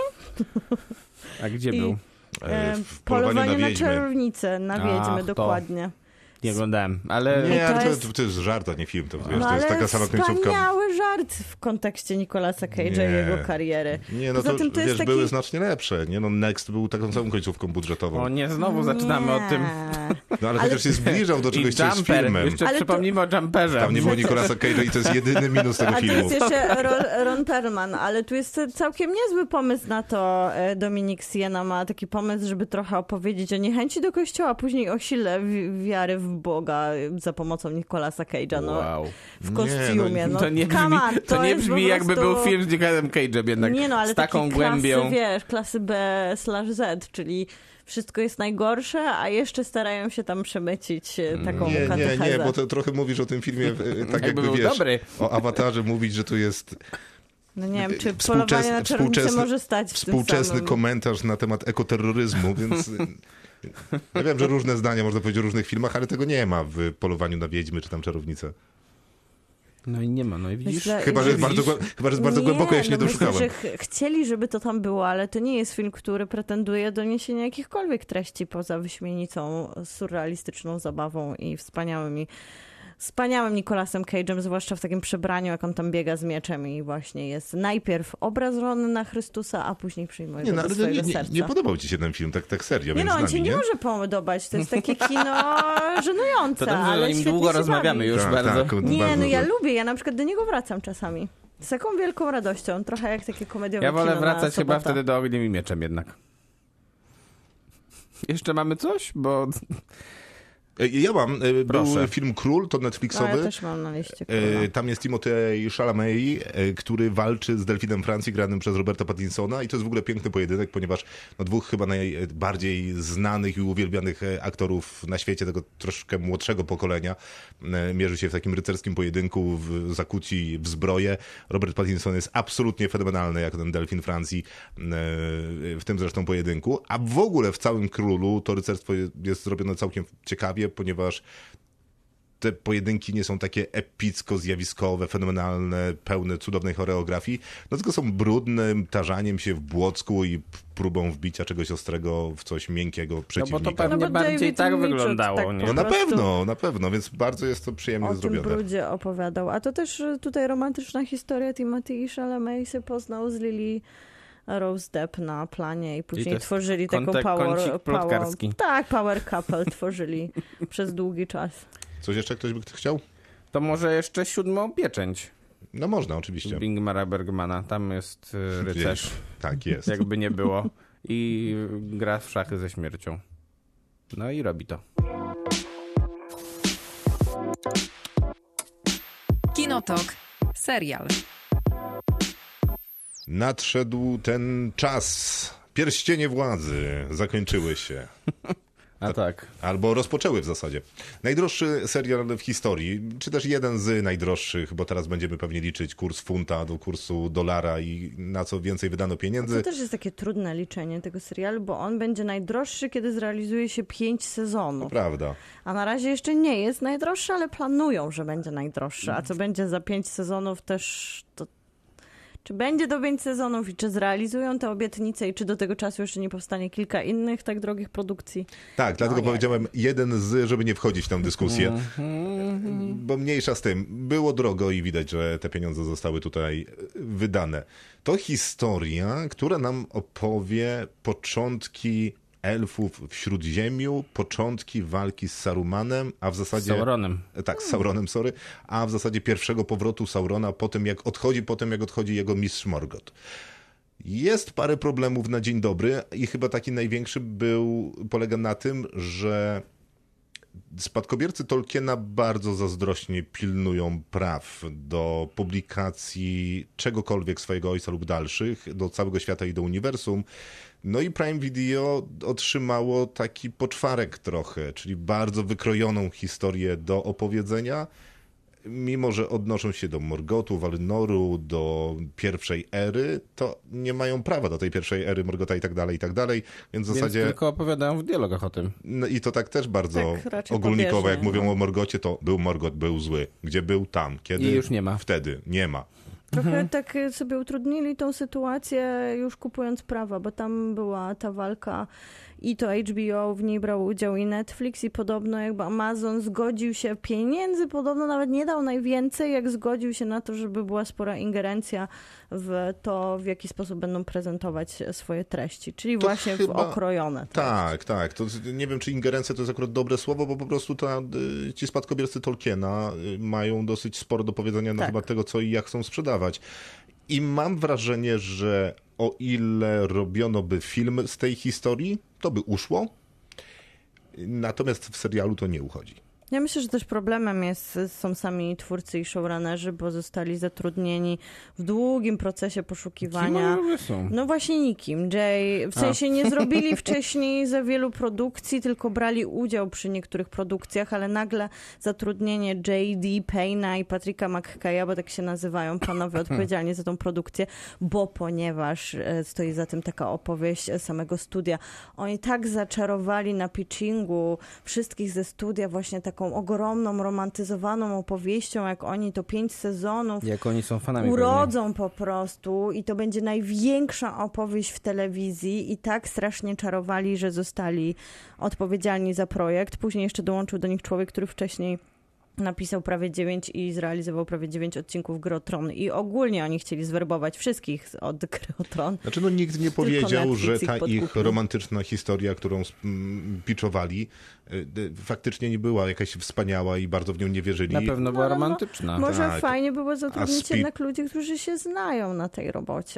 A gdzie I- był? E, E, w polowaniu na Polowanie na wiedźmy. czarownicę, na wiedźmy, Ach, to. dokładnie. Nie oglądałem, ale... Nie, to ale to, jest- to jest żart, a nie film. To, wiesz, No to jest ale taka sama końcówka. wspaniały żart w kontekście Nicolasa Cage'a Nie. i jego kariery. Nie, no Poza to, tym to wiesz, jest taki- były znacznie lepsze. Nie, no Next był taką samą końcówką budżetową. O nie, znowu zaczynamy o tym. No ale, ale- chociaż się zbliżał do I czegoś, co jest Jumper. filmem. Jeszcze Ale to- przypomnijmy o Jumperze. Tam nie było Nicolasa Cage'a i to jest jedyny minus tego A to filmu. jest jeszcze Ron, Ron Perlman, ale tu jest całkiem niezły pomysł na to. e, Dominik Siena ma taki pomysł, żeby trochę opowiedzieć o niechęci do kościoła, a później o sile wi- wiary w Boga za pomocą Nicolasa Cage'a. No, Wow. w Nie, kostiumie. no, No, To nie brzmi, come on, to to nie jest brzmi po jakby prostu... był film z Nicolasem Cage'em jednak. Nie no, ale z taką takiej głębią. klasy, wiesz, klasy B slash Z, czyli wszystko jest najgorsze, a jeszcze starają się tam przemycić e, taką Nie, nie, katechezę. nie, bo to trochę mówisz o tym filmie, e, tak Jakby jakby, był wiesz, dobry. o awatarze mówić, że to jest No nie wiem, czy Współczesny- polowanie na czarownicę współczesny- może stać w tym współczesny samym... komentarz na temat ekoterroryzmu, więc ja wiem, że różne zdania można powiedzieć o różnych filmach, ale tego nie ma w Polowaniu na wiedźmy czy tam czarownicę. No i nie ma, no i widzisz. Myślę- Chyba, że jest bardzo, głę- chyba, że jest bardzo głęboko, ja się nie no myślę, doszukałem. że ch- chcieli, żeby to tam było, ale to nie jest film, który pretenduje do niesienia jakichkolwiek treści poza wyśmienitą, surrealistyczną zabawą i wspaniałymi wspaniałym Nicolasem Cage'em, zwłaszcza w takim przebraniu, jak on tam biega z mieczem i właśnie jest najpierw obrażony na Chrystusa, a później przyjmuje Nie, go no, do ale swojego nie, nie, serca. nie podobał ci się ten film, tak, tak serio, Nie między no, on nami, ci nie, nie? może podobać. To jest takie kino żenujące, To dobrze, ale że im świetnie długo się rozmawiamy bawi. już Tak, bardzo. tak, Nie, bardzo, no ja tak. lubię, ja na przykład do niego wracam czasami. Z taką wielką radością, trochę jak takie komediowe Ja wolę kino wracać na chyba sobotę. wtedy do Ogniem i Mieczem jednak. Jeszcze mamy coś? Bo E, Ja mam. E, Był Proszę. film Król, to No, Netflixowy. ja też mam na liście. E, Króla. Tam jest Timothée Chalamet, e, który walczy z delfinem Francji granym przez Roberta Pattinsona i to jest w ogóle piękny pojedynek, ponieważ no, dwóch chyba najbardziej znanych i uwielbianych e, aktorów na świecie, tego troszkę młodszego pokolenia, e, mierzy się w takim rycerskim pojedynku, w, zakuci w zbroję. Robert Pattinson jest absolutnie fenomenalny jako ten delfin Francji e, w tym zresztą pojedynku, a w ogóle w całym Królu to rycerstwo jest, jest zrobione całkiem ciekawie, ponieważ te pojedynki nie są takie epicko-zjawiskowe, fenomenalne, pełne cudownej choreografii, no tylko są brudnym tarzaniem się w błocku i próbą wbicia czegoś ostrego w coś miękkiego No bo przeciwnika. to pewnie No bo bardziej David tak Mitchell wyglądało, tak nie? No po na prostu pewno, na pewno, więc bardzo jest to przyjemnie o tym zrobione. brudzie opowiadał. A to też y, tutaj romantyczna historia. Timothy Chalamet się poznał z Lily Rose Depp na planie i to później jest tworzyli taką kątek- power... kącik power plotkarski. tak, power couple tworzyli przez długi czas. Coś jeszcze ktoś by chciał? To może jeszcze siódmą pieczęć No można, oczywiście. Ingmara Bergmana. Tam jest y, rycerz, Tak jest. jakby nie było. I gra w szachy ze śmiercią. No i robi to. Kinotok. Serial. Nadszedł ten czas. Pierścienie władzy zakończyły się. A tak. Albo rozpoczęły w zasadzie. Najdroższy serial w historii, czy też jeden z najdroższych, bo teraz będziemy pewnie liczyć kurs funta do kursu dolara i na co więcej wydano pieniędzy. To też jest takie trudne liczenie tego serialu, bo on będzie najdroższy, kiedy zrealizuje się pięć sezonów. Prawda. A na razie jeszcze nie jest najdroższy, ale planują, że będzie najdroższy. A co będzie za pięć sezonów też... To... Czy będzie do pięć sezonów i czy zrealizują te obietnice i czy do tego czasu jeszcze nie powstanie kilka innych tak drogich produkcji? Tak, dlatego nie powiedziałem jeden z, żeby nie wchodzić w tę dyskusję. Bo mniejsza z tym. Było drogo i widać, że te pieniądze zostały tutaj wydane. To historia, która nam opowie początki elfów w Śródziemiu, początki walki z Sarumanem, a w zasadzie... Sauronem. Tak, z Sauronem, sorry. A w zasadzie pierwszego powrotu Saurona po tym, jak odchodzi, po tym, jak odchodzi jego mistrz Morgoth. Jest parę problemów na dzień dobry i chyba taki największy był, polega na tym, że spadkobiercy Tolkiena bardzo zazdrośnie pilnują praw do publikacji czegokolwiek swojego ojca lub dalszych, do całego świata i do uniwersum. No i Prime Video otrzymało taki poczwarek trochę, czyli bardzo wykrojoną historię do opowiedzenia, mimo że odnoszą się do Morgotu, Walinoru, do pierwszej ery, to nie mają prawa do tej pierwszej ery Morgota i tak dalej, i tak dalej, więc w Więc zasadzie... tylko opowiadają w dialogach o tym. No i to tak też bardzo Tak, raczej ogólnikowo, jak pobieżnie, mówią no. o Morgocie, to był Morgot, był zły. Gdzie był? Tam. Kiedy? I już nie ma. Wtedy. Nie ma. Trochę Mhm. tak sobie utrudnili tą sytuację już kupując prawa, bo tam była ta walka i to H B O w niej brał udział i Netflix i podobno jakby Amazon zgodził się, pieniędzy podobno nawet nie dał najwięcej, jak zgodził się na to, żeby była spora ingerencja w to, w jaki sposób będą prezentować swoje treści, czyli To właśnie chyba- w okrojone treści. Tak, tak. To nie wiem, czy ingerencja to jest akurat dobre słowo, bo po prostu ta, y, ci spadkobiercy Tolkiena y, mają dosyć sporo do powiedzenia na Tak. temat tego, co i jak chcą sprzedawać. I mam wrażenie, że o ile robiono by film z tej historii, to by uszło. Natomiast w serialu to nie uchodzi. Ja myślę, że też problemem jest, są sami twórcy i showrunnerzy, bo zostali zatrudnieni w długim procesie poszukiwania. Kim są? No właśnie nikim. Jay, w sensie nie zrobili wcześniej za wielu produkcji, tylko brali udział przy niektórych produkcjach, ale nagle zatrudnienie J D Payna i Patricka McKaya, bo tak się nazywają panowie odpowiedzialni za tą produkcję, bo ponieważ e, stoi za tym taka opowieść samego studia. Oni tak zaczarowali na pitchingu wszystkich ze studia właśnie taką ogromną, romantyzowaną opowieścią, jak oni to pięć sezonów Jak oni są fanami. urodzą po prostu i to będzie największa opowieść w telewizji i tak strasznie czarowali, że zostali odpowiedzialni za projekt. Później jeszcze dołączył do nich człowiek, który wcześniej napisał prawie dziewięć i zrealizował prawie dziewięć odcinków Gry o Tron i ogólnie oni chcieli zwerbować wszystkich od Gry o Tron. Znaczy, no nikt nie powiedział, Netflix że ich ta ich podkupił. romantyczna historia, którą mm, pitchowali, y, y, faktycznie nie była jakaś wspaniała i bardzo w nią nie wierzyli. Na pewno była No, no, no. romantyczna. Może tak. fajnie było zatrudnić A spi- jednak ludzi, którzy się znają na tej robocie.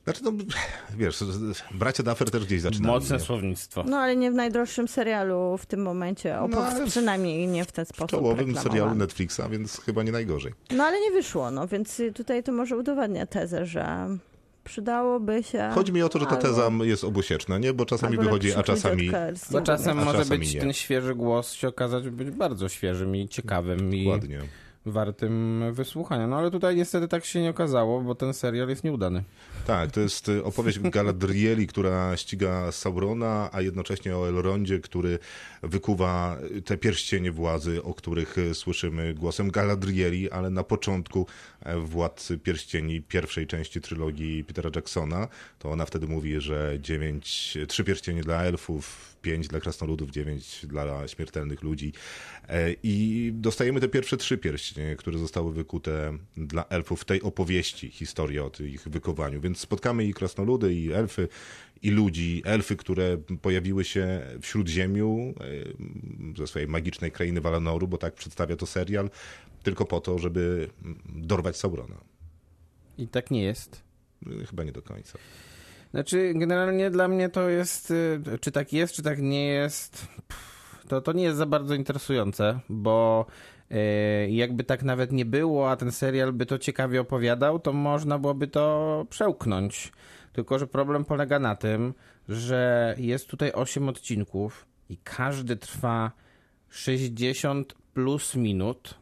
Znaczy, no, wiesz, bracia Duffer też gdzieś zaczynają. Mocne nie? słownictwo. No ale nie w najdroższym serialu w tym momencie, No, Opo- ale w- przynajmniej nie w ten W sposób czołowym reklamowany. serialu Netflixa, więc chyba nie najgorzej. No ale nie wyszło, no więc tutaj to może udowadnia tezę, że przydałoby się... Chodzi mi o to, że ta albo- teza jest obusieczna, nie? Bo czasami albo wychodzi, a lepszych ludzi czasami... od castingu. Bo czasem A może czasami być nie. ten świeży głos się okazać być bardzo świeżym i ciekawym i Ładnie. wartym wysłuchania. No ale tutaj niestety tak się nie okazało, bo ten serial jest nieudany. Tak, to jest y, opowieść Galadrieli, która ściga Saurona, a jednocześnie o Elrondzie, który wykuwa te pierścienie władzy, o których y, słyszymy głosem Galadrieli, ale na początku e, Władcy Pierścieni pierwszej części trylogii Petera Jacksona, to ona wtedy mówi, że dziewięć, trzy pierścienie dla elfów, pięć dla krasnoludów, dziewięć dla śmiertelnych ludzi. E, I dostajemy te pierwsze trzy pierścienie, które zostały wykute dla elfów w tej opowieści, historii o ich wykowaniu. Więc spotkamy i krasnoludy, i elfy, i ludzi. Elfy, które pojawiły się w Śródziemiu e, ze swojej magicznej krainy Valanoru, bo tak przedstawia to serial, tylko po to, żeby dorwać Saurona. I tak nie jest. Chyba nie do końca. Znaczy, generalnie dla mnie to jest, y, czy tak jest, czy tak nie jest, pff, to, to nie jest za bardzo interesujące, bo y, jakby tak nawet nie było, a ten serial by to ciekawie opowiadał, to można byłoby to przełknąć. Tylko że problem polega na tym, że jest tutaj osiem odcinków i każdy trwa sześćdziesiąt plus minut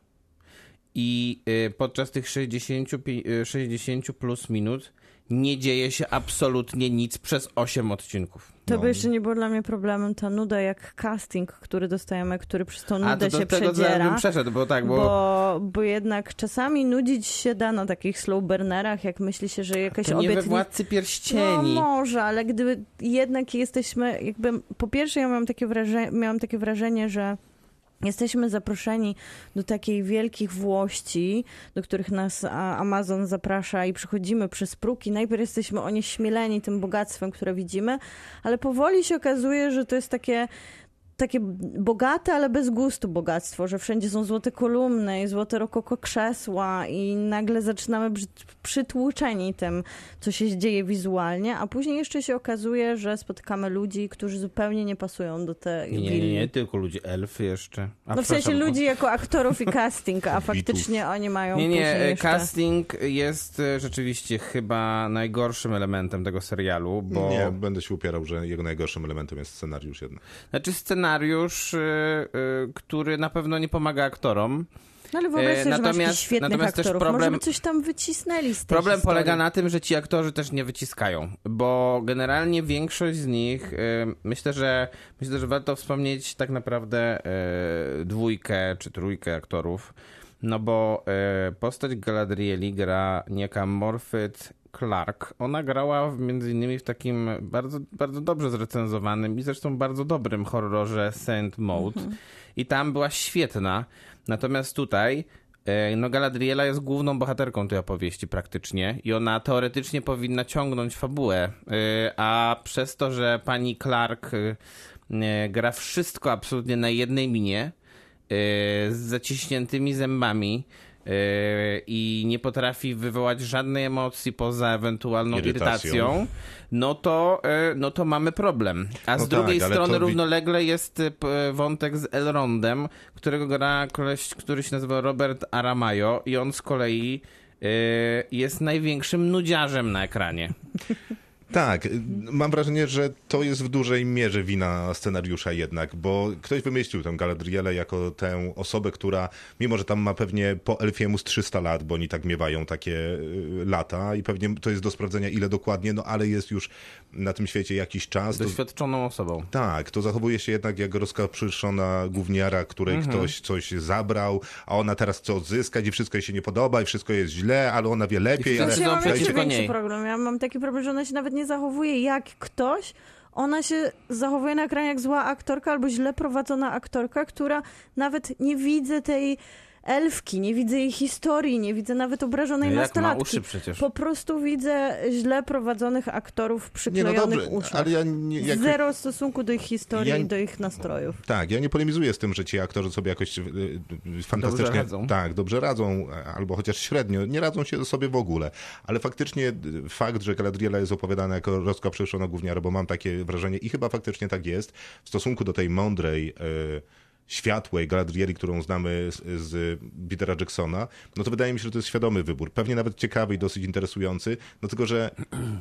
i y, podczas tych sześćdziesiąt plus minut nie dzieje się absolutnie nic przez osiem odcinków. To No. by jeszcze nie było dla mnie problemem ta nuda jak casting, który dostajemy, który przez tą A nudę to do się tego zaraz przedziera. bym przeszedł, bo tak, bo... Bo, bo jednak czasami nudzić się da na takich slow burnerach, jak myśli się, że jakaś To nie we obietnica... Władcy Pierścieni. No może, ale gdyby jednak jesteśmy, jakby po pierwsze ja miałam takie wrażenie, miałam takie wrażenie, że jesteśmy zaproszeni do takiej wielkich włości, do których nas a, Amazon zaprasza i przechodzimy przez próg i najpierw jesteśmy onieśmieleni tym bogactwem, które widzimy, ale powoli się okazuje, że to jest takie takie bogate, ale bez gustu bogactwo, że wszędzie są złote kolumny i złote rokoko krzesła i nagle zaczynamy być przytłuczeni tym, co się dzieje wizualnie, a później jeszcze się okazuje, że spotykamy ludzi, którzy zupełnie nie pasują do tej Nie, nie, willi. nie, nie, tylko ludzie, elfy jeszcze. A No w sensie przepraszam, ludzi jako aktorów i casting, a faktycznie oni mają Nie, później nie, jeszcze... casting jest e, rzeczywiście chyba najgorszym elementem tego serialu, bo... Nie, będę się upierał, że jego najgorszym elementem jest scenariusz jednak. Znaczy scenariusz, y, y, który na pewno nie pomaga aktorom. No ale wyobraź E, sobie, że masz natomiast- jakichś świetnych natomiast też aktorów. problem- Może by coś tam wycisnęli z tej Problem historii. polega na tym, że ci aktorzy też nie wyciskają, bo generalnie większość z nich, y, myślę, że myślę, że warto wspomnieć tak naprawdę y, dwójkę czy trójkę aktorów, no bo y, postać Galadrieli gra niejaka Morfydd Clark. Ona grała w, między innymi w takim bardzo, bardzo dobrze zrecenzowanym i zresztą bardzo dobrym horrorze Saint Maud Mhm. i tam była świetna, natomiast tutaj e, no Galadriela jest główną bohaterką tej opowieści praktycznie i ona teoretycznie powinna ciągnąć fabułę, e, a przez to, że pani Clark e, gra wszystko absolutnie na jednej minie, e, z zaciśniętymi zębami e, i nie potrafi wywołać żadnej emocji poza ewentualną Irytacją. irytacją, no to, e, no to mamy problem. A z No drugiej tak, ale strony to wi- równolegle jest e, p- wątek z Elrondem, którego gra koleś, który się nazywa Robert Aramayo i on z kolei e, jest największym nudziarzem na ekranie. Tak, mam wrażenie, że to jest w dużej mierze wina scenariusza jednak, bo ktoś wymyślił tę Galadrielę jako tę osobę, która, mimo że tam ma pewnie po elfiemu z trzysta lat, bo oni tak miewają takie y, lata i pewnie to jest do sprawdzenia ile dokładnie, no ale jest już na tym świecie jakiś czas. To, Doświadczoną osobą. tak, to zachowuje się jednak jak rozkaprzyczona gówniara, której Mhm. ktoś coś zabrał, a ona teraz chce odzyskać i wszystko jej się nie podoba i wszystko jest źle, ale ona wie lepiej. I Ale... Znaczy, ja mam Siedzą jeszcze przeciwko większy niej. problem. Ja mam taki problem, że ona się nawet nie zachowuje jak ktoś. Ona się zachowuje na ekranie jak zła aktorka albo źle prowadzona aktorka, która nawet nie widzę tej elfki, nie widzę jej historii, nie widzę nawet obrażonej No jak nastolatki. ma uszy przecież. Po prostu widzę źle prowadzonych aktorów Nie, no przyklejonych dobrze, uszach. ale ja nie... Jak... Zero stosunku do ich historii Ja- i do ich nastrojów. Tak, ja nie polemizuję z tym, że ci aktorzy sobie jakoś y, y, fantastycznie... Dobrze radzą. Tak, dobrze radzą, albo chociaż średnio. Nie radzą się sobie w ogóle. Ale faktycznie y, fakt, że Galadriela jest opowiadana jako rozkoprzyszona gówniara, bo mam takie wrażenie i chyba faktycznie tak jest, w stosunku do tej mądrej... Y, światłej Galadrieli, którą znamy z, z Petera Jacksona, no to wydaje mi się, że to jest świadomy wybór. Pewnie nawet ciekawy i dosyć interesujący, no tylko, że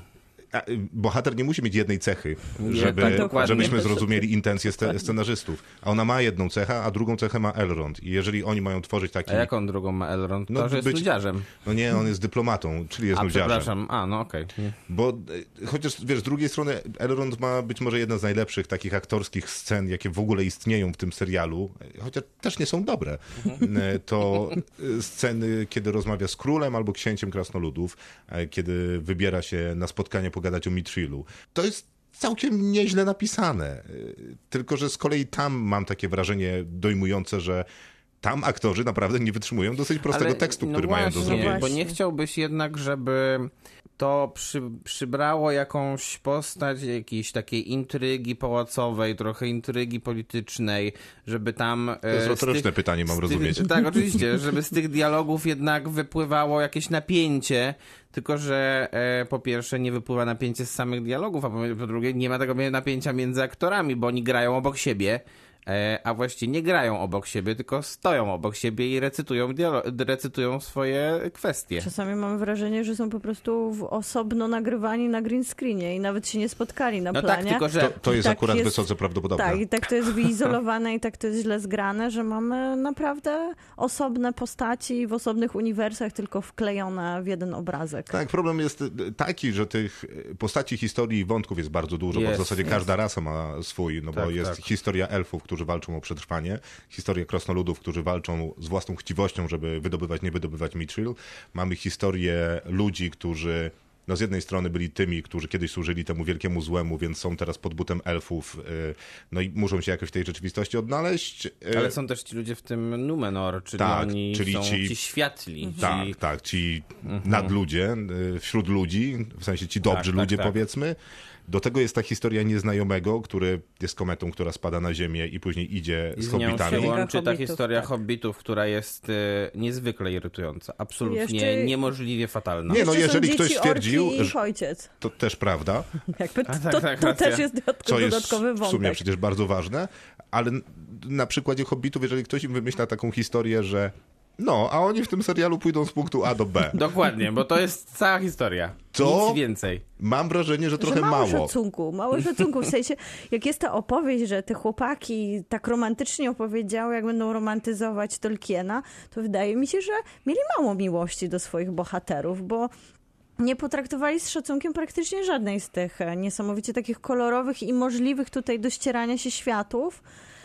a, bohater nie musi mieć jednej cechy, żeby, tak, dokładnie. żebyśmy zrozumieli intencje sce- scenarzystów. A ona ma jedną cechę, a drugą cechę ma Elrond. I jeżeli oni mają tworzyć taki... A jaką drugą ma Elrond? No, To, że jest być- nudziarzem. No nie, on jest dyplomatą, czyli jest A, nudziarzem. przepraszam. A, no okej. Nie. Bo e, chociaż, wiesz, z drugiej strony Elrond ma być może jedna z najlepszych takich aktorskich scen, jakie w ogóle istnieją w tym serialu, e, chociaż też nie są dobre. E, To e, sceny, kiedy rozmawia z królem albo księciem krasnoludów, e, kiedy wybiera się na spotkanie pogadać o Mithrilu. To jest całkiem nieźle napisane. E, Tylko, że z kolei tam mam takie wrażenie dojmujące, że tam aktorzy naprawdę nie wytrzymują dosyć prostego Ale, tekstu, no który właśnie, mają do zrobienia. No bo właśnie. nie chciałbyś jednak, żeby to przy, przybrało jakąś postać jakiejś takiej intrygi pałacowej, trochę intrygi politycznej, żeby tam... To jest retoryczne pytanie, mam rozumieć. Tak, oczywiście, żeby z tych dialogów jednak wypływało jakieś napięcie, tylko że e, po pierwsze nie wypływa napięcie z samych dialogów, a po, po drugie nie ma tego napięcia między aktorami, bo oni grają obok siebie, e, a właściwie nie grają obok siebie, tylko stoją obok siebie i recytują, dialo- recytują swoje kwestie. Czasami mam wrażenie, że są po prostu w osobno nagrywani na green screenie i nawet się nie spotkali na No tak, planie. tylko że... To, to jest tak akurat jest- wysoce prawdopodobne. Tak, i tak to jest wyizolowane i tak to jest źle zgrane, że mamy naprawdę osobne postaci w osobnych uniwersach, tylko wklejone w jeden obrazek. Tak, problem jest taki, że tych postaci, historii i wątków jest bardzo dużo, bo Jest, w zasadzie jest. każda rasa ma swój, no bo Tak, jest tak. historia elfów, którzy walczą o przetrwanie, historia krasnoludów, którzy walczą z własną chciwością, żeby wydobywać, nie wydobywać Mithril. Mamy historię ludzi, którzy no z jednej strony byli tymi, którzy kiedyś służyli temu wielkiemu złemu, więc są teraz pod butem elfów, y, no i muszą się jakoś w tej rzeczywistości odnaleźć. Y, Ale są też ci ludzie w tym Numenor, czyli Tak, oni czyli są ci- ci, światli. Tak, ci... tak, ci nadludzie, y, wśród ludzi, w sensie ci dobrzy Tak, tak, ludzie, tak. powiedzmy. Do tego jest ta historia nieznajomego, który jest kometą, która spada na ziemię i później idzie I z z nią hobbitami. się łączy ta Hobbitów, historia tak. hobbitów, która jest y, niezwykle irytująca. Absolutnie Jeszcze- niemożliwie fatalna. Nie, no Jeszcze są jeżeli dzieci, ktoś stwierdził, orki i ich że- ojciec. To też prawda, Jakby to, A, tak, to, tak, to racja. też jest dodatkowy, co jest dodatkowy w wątek. sumie przecież bardzo ważne, ale n- na przykładzie hobbitów, jeżeli ktoś im wymyśla taką historię, że no, a oni w tym serialu pójdą z punktu A do B. Dokładnie, bo to jest cała historia. Co? Nic więcej. Mam wrażenie, że trochę że mało, mało. szacunku, mało szacunku. W sensie, jak jest ta opowieść, że te chłopaki tak romantycznie opowiedziały, jak będą romantyzować Tolkiena, to wydaje mi się, że mieli mało miłości do swoich bohaterów, bo nie potraktowali z szacunkiem praktycznie żadnej z tych e, niesamowicie takich kolorowych i możliwych tutaj do ścierania się światów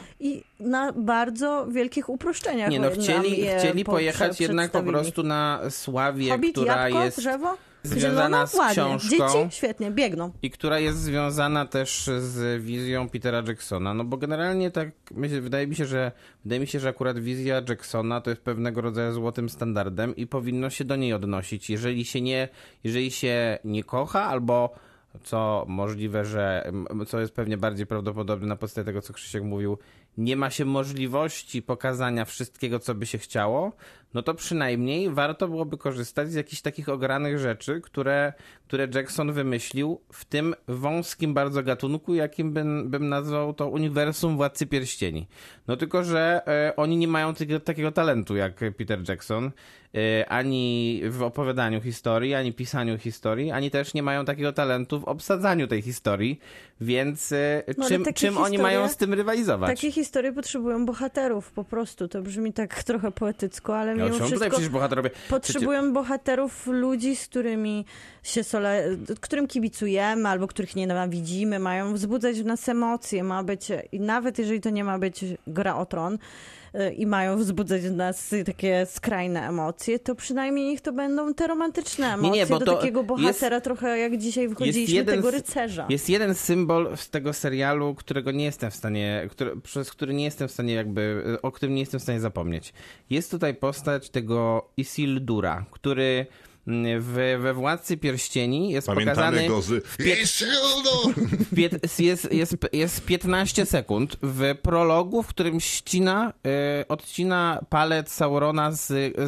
i na bardzo wielkich uproszczeniach. Nie no, nam chcieli, je chcieli po- pojechać prze- jednak po przedstawili. prostu na sławie, Hobbit, która jabłko, jest drzewo, związana zielono, z ładnie. książką. Dzieci, świetnie, biegną. i która jest związana też z wizją Petera Jacksona. No bo generalnie tak myślę, wydaje mi się, że wydaje mi się, że akurat wizja Jacksona to jest pewnego rodzaju złotym standardem i powinno się do niej odnosić. Jeżeli się nie, jeżeli się nie kocha albo co możliwe, że co jest pewnie bardziej prawdopodobne na podstawie tego, co Krzysiek mówił, nie ma się możliwości pokazania wszystkiego, co by się chciało, no to przynajmniej warto byłoby korzystać z jakichś takich ogranych rzeczy, które, które Jackson wymyślił w tym wąskim bardzo gatunku, jakim bym, bym nazwał to uniwersum Władcy Pierścieni. No tylko, że e, oni nie mają tego, takiego talentu jak Peter Jackson, e, ani w opowiadaniu historii, ani pisaniu historii, ani też nie mają takiego talentu w obsadzaniu tej historii, więc e, No, ale czym, takie czym oni historie- mają z tym rywalizować? Takie historie potrzebują bohaterów po prostu. To brzmi tak trochę poetycko, ale Ja mimo już mam tutaj wszystko przecież bohaterowie. potrzebują bohaterów, ludzi, z którymi się sole, którym kibicujemy albo których nienawidzimy, mają wzbudzać w nas emocje. Ma być, i nawet jeżeli to nie ma być gra o tron, y, i mają wzbudzać w nas takie skrajne emocje, to przynajmniej niech to będą te romantyczne emocje Nie, nie, bo do to takiego bohatera, jest, trochę jak dzisiaj wychodziliśmy, jeden, tego rycerza. Jest jeden symbol z tego serialu, którego nie jestem w stanie, który, przez który nie jestem w stanie jakby, o którym nie jestem w stanie zapomnieć. Jest tutaj postać tego Isildura, który w, we Władcy Pierścieni jest Pamiętamy pokazany... go z... w pię- w pię- jest, jest, jest piętnaście sekund w prologu, w którym ścina, y, odcina palec Saurona z,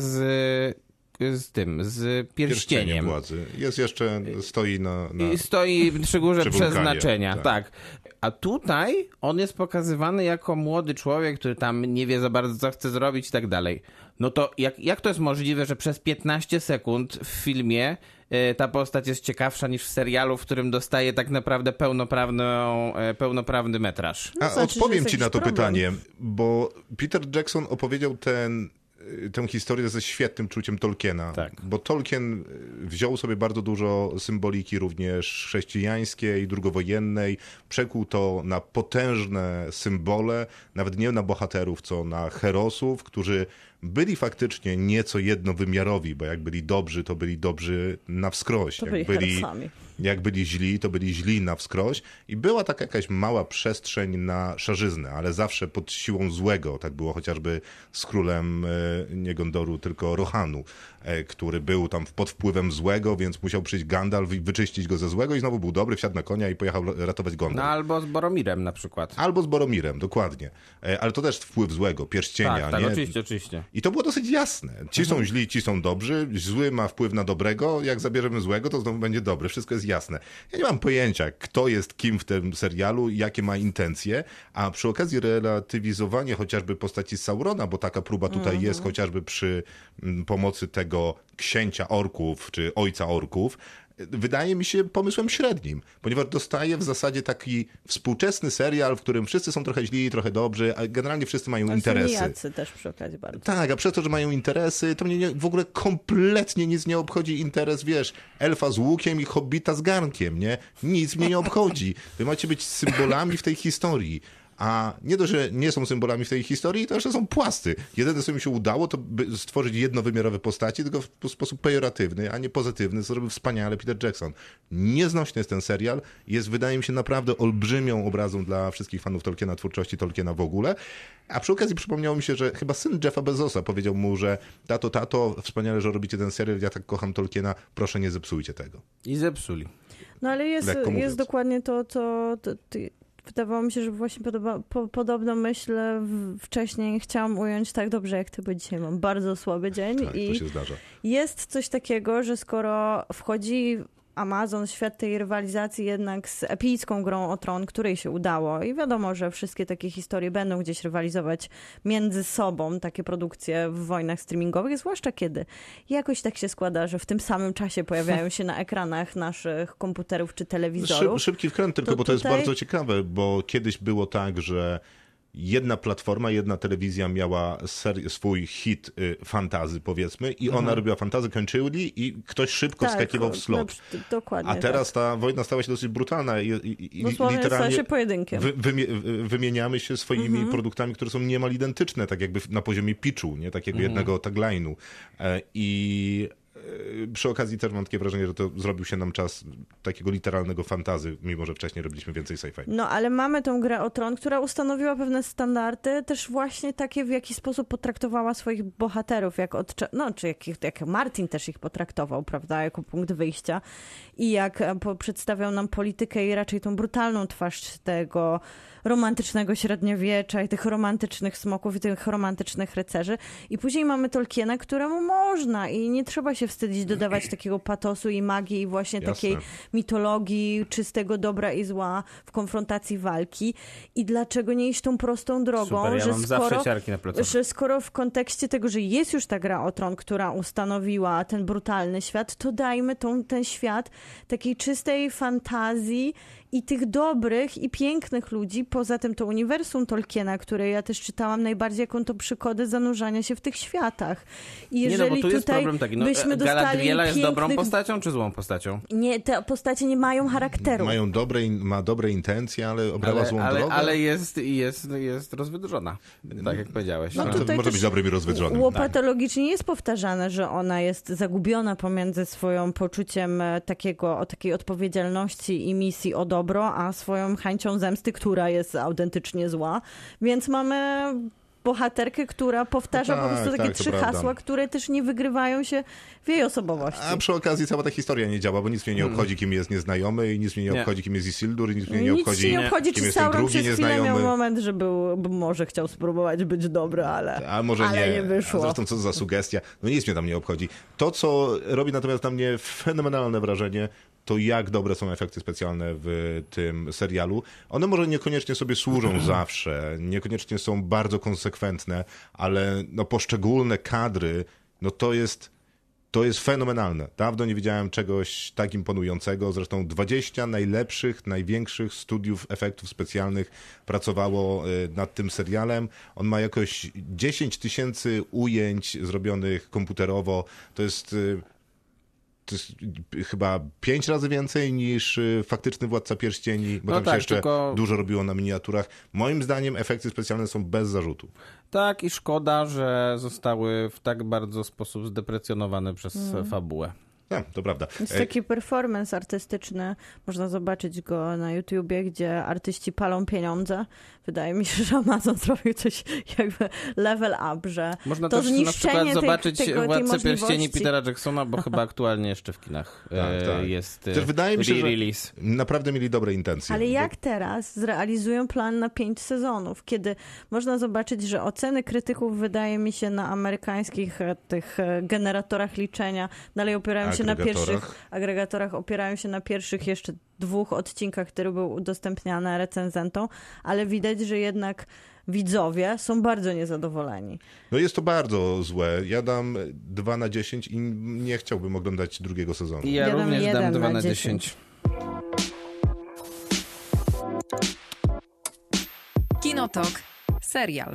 z, z tym, z pierścieniem. Władzy. Jest jeszcze, stoi na... na... I stoi przy górze przy wulkanie, przeznaczenia, tak. tak. A tutaj on jest pokazywany jako młody człowiek, który tam nie wie za bardzo, co chce zrobić i tak dalej. No to jak, jak to jest możliwe, że przez piętnaście sekund w filmie y, ta postać jest ciekawsza niż w serialu, w którym dostaje tak naprawdę pełnoprawną, y, pełnoprawny metraż? No, A znaczy, że odpowiem jest ci na jakiś to problem. pytanie, bo Peter Jackson opowiedział ten, tę historię ze świetnym czuciem Tolkiena. Tak. Bo Tolkien wziął sobie bardzo dużo symboliki również chrześcijańskiej, drugowojennej, przekuł to na potężne symbole, nawet nie na bohaterów, co na herosów, którzy byli faktycznie nieco jednowymiarowi, bo jak byli dobrzy, to byli dobrzy na wskroś. To jak byli byli, herosami. jak byli źli, to byli źli na wskroś. I była taka jakaś mała przestrzeń na szarzyznę, ale zawsze pod siłą złego. Tak było chociażby z królem e, nie Gondoru, tylko Rohanu, e, który był tam pod wpływem złego, więc musiał przyjść Gandalf i wyczyścić go ze złego i znowu był dobry, wsiadł na konia i pojechał ratować Gondor. No albo z Boromirem na przykład. Albo z Boromirem, dokładnie. E, ale to też wpływ złego, pierścienia. Tak, tak, nie? oczywiście, oczywiście. I to było dosyć jasne. Ci są źli, ci są dobrzy. Zły ma wpływ na dobrego. Jak zabierzemy złego, to znowu będzie dobry. Wszystko jest jasne. Ja nie mam pojęcia, kto jest kim w tym serialu, jakie ma intencje, a przy okazji relatywizowanie chociażby postaci Saurona, bo taka próba tutaj jest chociażby przy mm, pomocy tego księcia orków, czy ojca orków, wydaje mi się pomysłem średnim, ponieważ dostaje w zasadzie taki współczesny serial, w którym wszyscy są trochę źli, trochę dobrzy, a generalnie wszyscy mają Ale interesy. są nijacy też przy okazji bardzo. Tak, a przez to, że mają interesy, to mnie nie, w ogóle kompletnie nic nie obchodzi interes, wiesz, elfa z łukiem i hobbita z garnkiem, nie? Nic mnie nie obchodzi. Wy macie być symbolami w tej historii. A nie dość, że nie są symbolami w tej historii, to jeszcze są płasty. Jedyne, co mi się udało, to by stworzyć jednowymiarowe postaci, tylko w sposób pejoratywny, a nie pozytywny, co zrobił wspaniale Peter Jackson. Nieznośny jest ten serial. Jest, wydaje mi się, naprawdę olbrzymią obrazą dla wszystkich fanów Tolkiena, twórczości Tolkiena w ogóle. A przy okazji przypomniało mi się, że chyba syn Jeffa Bezosa powiedział mu, że tato, tato, wspaniale, że robicie ten serial, ja tak kocham Tolkiena, proszę nie zepsujcie tego. I zepsuli. No ale jest, Lekko mówiąc. jest dokładnie to, co... To, to, wydawało mi się, że właśnie podoba, po, podobną myśl w, wcześniej chciałam ująć tak dobrze jak ty, bo dzisiaj mam bardzo słaby dzień. Tak, i to się zdarza. jest coś takiego, że skoro wchodzi Amazon, świat tej rywalizacji jednak z epicką grą o Tron, której się udało i wiadomo, że wszystkie takie historie będą gdzieś rywalizować między sobą, takie produkcje w wojnach streamingowych, zwłaszcza kiedy jakoś tak się składa, że w tym samym czasie pojawiają się na ekranach naszych komputerów czy telewizorów. Szyb, szybki wkręt tylko, To bo to tutaj- jest bardzo ciekawe, bo kiedyś było tak, że jedna platforma, jedna telewizja miała ser- swój hit y, fantazy, powiedzmy, i ona Mhm. robiła fantazy, kończyli i ktoś szybko wskakiwał w slot. no, dokładnie. A teraz tak. ta wojna stała się dosyć brutalna i, i, i Dosłownie stała literalnie się pojedynkiem. wy, wymie, wy- wymieniamy się swoimi Mhm. produktami, które są niemal identyczne, tak jakby na poziomie pitchu, nie? Takiego Mhm. jednego tagline'u. E, I e, przy okazji też mam takie wrażenie, że to zrobił się nam czas takiego literalnego fantazy, mimo że wcześniej robiliśmy więcej sci-fi. No, ale mamy tą grę o Tron, która ustanowiła pewne standardy, też właśnie takie, w jaki sposób potraktowała swoich bohaterów, jak od, no, czy jak, ich- jak Martin też ich potraktował, prawda, jako punkt wyjścia i jak e, po, przedstawiał nam politykę i raczej tą brutalną twarz tego romantycznego średniowiecza i tych romantycznych smoków i tych romantycznych rycerzy. I później mamy Tolkiena, któremu można i nie trzeba się wstydzić dodawać takiego patosu i magii i właśnie Jasne. takiej mitologii czystego dobra i zła w konfrontacji walki. I dlaczego nie iść tą prostą drogą, Super, ja że mam skoro, zawsze ciarki na plecach. że skoro w kontekście tego, że jest już ta gra o Tron, która ustanowiła ten brutalny świat, to dajmy tą, ten świat takiej czystej fantazji i tych dobrych i pięknych ludzi, poza tym to uniwersum Tolkiena, które ja też czytałam najbardziej jaką to przygodę zanurzania się w tych światach. I jeżeli nie, no bo tu jest tutaj problem taki, no, byśmy dostali Galadriela jest pięknych... dobrą postacią czy złą postacią? Nie, te postacie nie mają charakteru. Mają dobre, ma dobre intencje, ale obrała Ale, złą ale, drogę. ale jest, jest, jest rozwydrzona, tak jak powiedziałeś. No, No. to tutaj może też być dobrym i rozwydrzonym. Łopatologicznie jest powtarzane, że ona jest zagubiona pomiędzy swoim poczuciem e, takiego, o takiej odpowiedzialności i misji o dobro, a swoją chęcią zemsty, która jest autentycznie zła. Więc mamy bohaterkę, która powtarza No po tak, prostu takie tak, to trzy prawda. hasła, które też nie wygrywają się w jej osobowości. A przy okazji cała ta historia nie działa, bo nic mnie nie obchodzi, kim jest nieznajomy i nic mnie nie, Nie. obchodzi, kim jest Isildur i nic mnie nie Nic obchodzi, ci nie obchodzi, kim czy jest ten Sauron drugi przez chwilę miał nieznajomy. moment, że był, bo może chciał spróbować być dobry, ale, A może ale nie. nie wyszło. A zresztą co za sugestia. No nic mnie tam nie obchodzi. To, co robi natomiast na mnie fenomenalne wrażenie, to jak dobre są efekty specjalne w tym serialu. One może niekoniecznie sobie służą zawsze, niekoniecznie są bardzo konsekwentne, ale no poszczególne kadry, no to jest, to jest fenomenalne. Dawno nie widziałem czegoś tak imponującego. Zresztą dwadzieścia najlepszych, największych studiów efektów specjalnych pracowało y, nad tym serialem. On ma jakoś dziesięć tysięcy ujęć zrobionych komputerowo. To jest... Y, To jest chyba pięć razy więcej niż y, faktyczny Władca Pierścieni, bo No tam tak, się jeszcze tylko- dużo robiło na miniaturach. Moim zdaniem efekty specjalne są bez zarzutu. Tak, i szkoda, że zostały w tak bardzo sposób zdeprecjonowane przez Mm. fabułę. Tak, to prawda. Jest E, taki performance artystyczny, można zobaczyć go na YouTubie, gdzie artyści palą pieniądze. Wydaje mi się, że Amazon zrobił coś jakby level up, że Można to też na zniszczenie przykład tej, zobaczyć tego, tej Władcę możliwości. Pierścieni Petera Jacksona, bo chyba aktualnie jeszcze w kinach Tak, e, tak. jest e, Też wydaje mi się, że re-release. naprawdę mieli dobre intencje. Ale Bo- jak teraz zrealizują plan na pięć sezonów, kiedy można zobaczyć, że oceny krytyków, wydaje mi się, na amerykańskich e, tych e, generatorach liczenia dalej opierają się na Agregatorach. pierwszych agregatorach, opierają się na pierwszych jeszcze dwóch odcinkach, które były udostępniane recenzentom, ale widać, że jednak widzowie są bardzo niezadowoleni. No jest to bardzo złe. Ja dam dwa na dziesięć i nie chciałbym oglądać drugiego sezonu. I ja Ja dam również jeden dam dwa na na dziesięć. dziesięć. Kinotok. Serial.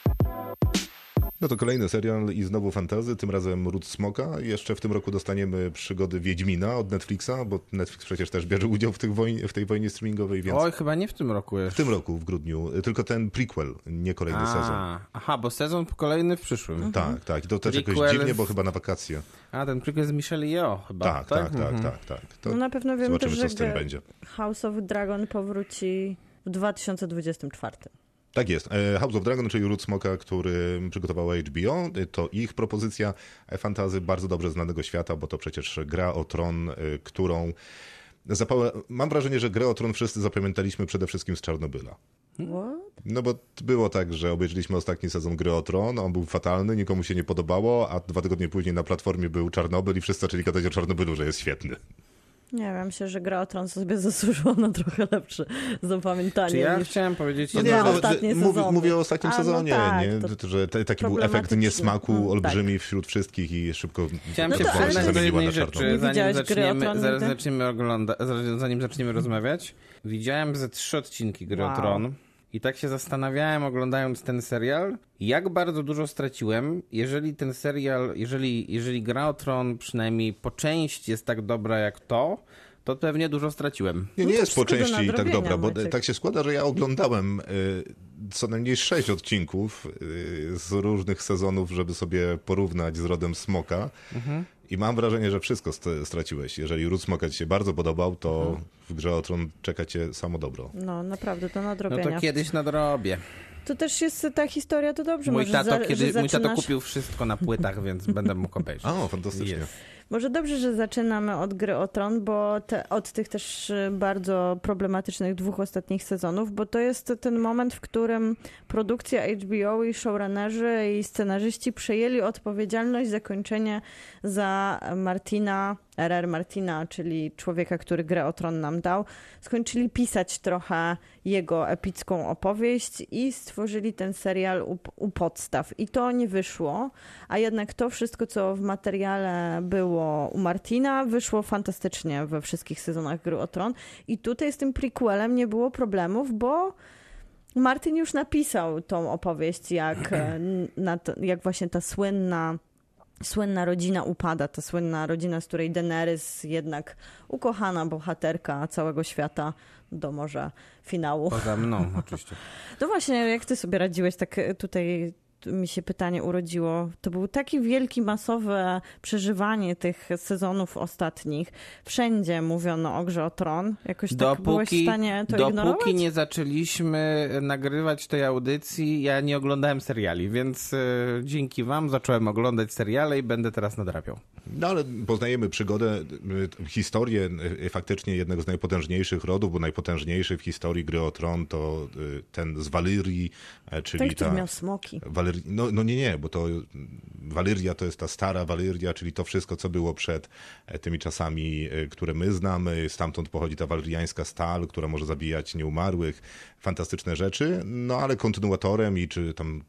No to kolejny serial i znowu fantasy, tym razem Ród Smoka. Jeszcze w tym roku dostaniemy przygody Wiedźmina od Netflixa, bo Netflix przecież też bierze udział w, tych wojnie, w tej wojnie streamingowej, więc Oj, chyba nie w tym roku w jeszcze. tym roku, w grudniu. Tylko ten prequel, nie kolejny sezon. A, aha, bo sezon kolejny w przyszłym. Tak, tak. I to też jakoś Prequel dziwnie, w- bo chyba na wakacje. A, ten prequel z Michelle Yeoh chyba. Tak, tak, tak, Mhm. tak, tak. To No na pewno wiem zobaczymy, też, co że z tym ge- będzie. House of Dragon powróci w dwa tysiące dwudziestym czwartym. Tak jest. E, House of Dragon, czyli Ród Smoka, który przygotowała H B O, to ich propozycja fantasy bardzo dobrze znanego świata, bo to przecież Gra o Tron, e, którą zapała... Mam wrażenie, że Grę o Tron wszyscy zapamiętaliśmy przede wszystkim z Czarnobyla. What? No bo było tak, że obejrzeliśmy ostatni sezon Gry o Tron, on był fatalny, nikomu się nie podobało, a dwa tygodnie później na platformie był Czarnobyl i wszyscy zaczęli gadać o Czarnobylu, że jest świetny. Nie wiem, myślę, że Gra o Tron sobie zasłużyła na trochę lepsze zapamiętanie Czy ja niż... chciałem powiedzieć... No jedno- nie, ale ostatnie mówię, sezony. mówię o ostatnim A, no sezonie, tak, nie? to że te, taki był efekt problematyczny. niesmaku Mm, olbrzymi wśród wszystkich i szybko Chciałem No się to, ale przyznać to- do zamieniła jednej na czarno. rzeczy, Nie zanim widziałeś Gry o zaczniemy, Tron zaraz nigdy? zaczniemy oglądać, zanim zaczniemy rozmawiać. Widziałem ze trzy odcinki Gry o Wow. Tron i tak się zastanawiałem, oglądając ten serial, jak bardzo dużo straciłem, jeżeli ten serial, jeżeli, jeżeli Gra o Tron przynajmniej po części jest tak dobra jak to, to pewnie dużo straciłem. Nie, No nie to jest po wszystko do części tak nadrobienia, dobra, bo Maciek. tak się składa, że ja oglądałem y, co najmniej sześć odcinków y, z różnych sezonów, żeby sobie porównać z Rodem Smoka Mhm. i mam wrażenie, że wszystko st- straciłeś. Jeżeli Ród Smoka ci się bardzo podobał, to Mhm. w Grze o Tron czeka cię samo dobro. No naprawdę, do No nadrobienia. to kiedyś nadrobię. To też jest ta historia, to dobrze. Mój może tato, za, kiedy, że mój tato zaczynasz- kupił wszystko na płytach, więc będę mógł obejrzeć. O, fantastycznie. Jest. Może dobrze, że zaczynamy od Gry o Tron, bo te, od tych też y, bardzo problematycznych dwóch ostatnich sezonów, bo to jest ten moment, w którym produkcja H B O i showrunnerzy i scenarzyści przejęli odpowiedzialność za kończenie za Martina, R R. Martina, czyli człowieka, który Grę o Tron nam oglądał, skończyli pisać trochę jego epicką opowieść i stworzyli ten serial u, u podstaw. I to nie wyszło, a jednak to wszystko, co w materiale było u Martina, wyszło fantastycznie we wszystkich sezonach Gry o Tron. I tutaj z tym prequelem nie było problemów, bo Martin już napisał tą opowieść, jak, na to, jak właśnie ta słynna, słynna rodzina upada, ta słynna rodzina, z której Daenerys, jednak ukochana bohaterka całego świata, do może finału. Poza mną oczywiście. No właśnie, jak ty sobie radziłeś, tak tutaj mi się pytanie urodziło. To było takie wielkie, masowe przeżywanie tych sezonów ostatnich. Wszędzie mówiono o Grze o Tron. Jakoś tak Dopóki, byłeś w stanie to dopóki ignorować? nie zaczęliśmy nagrywać tej audycji, ja nie oglądałem seriali, więc y, dzięki wam zacząłem oglądać seriale i będę teraz nadrabiał. No ale poznajemy przygodę, y, historię y, faktycznie jednego z najpotężniejszych rodów, bo najpotężniejszy w historii Gry o Tron to y, ten z Walyrii, y, czyli Ten, który ta... miał smoki. Walyr... No, no nie, nie, bo to Walyria to jest ta stara Walyria, czyli to wszystko, co było przed tymi czasami, które my znamy. Stamtąd pochodzi ta walyriańska stal, która może zabijać nieumarłych. Fantastyczne rzeczy, no ale kontynuatorem i czy tam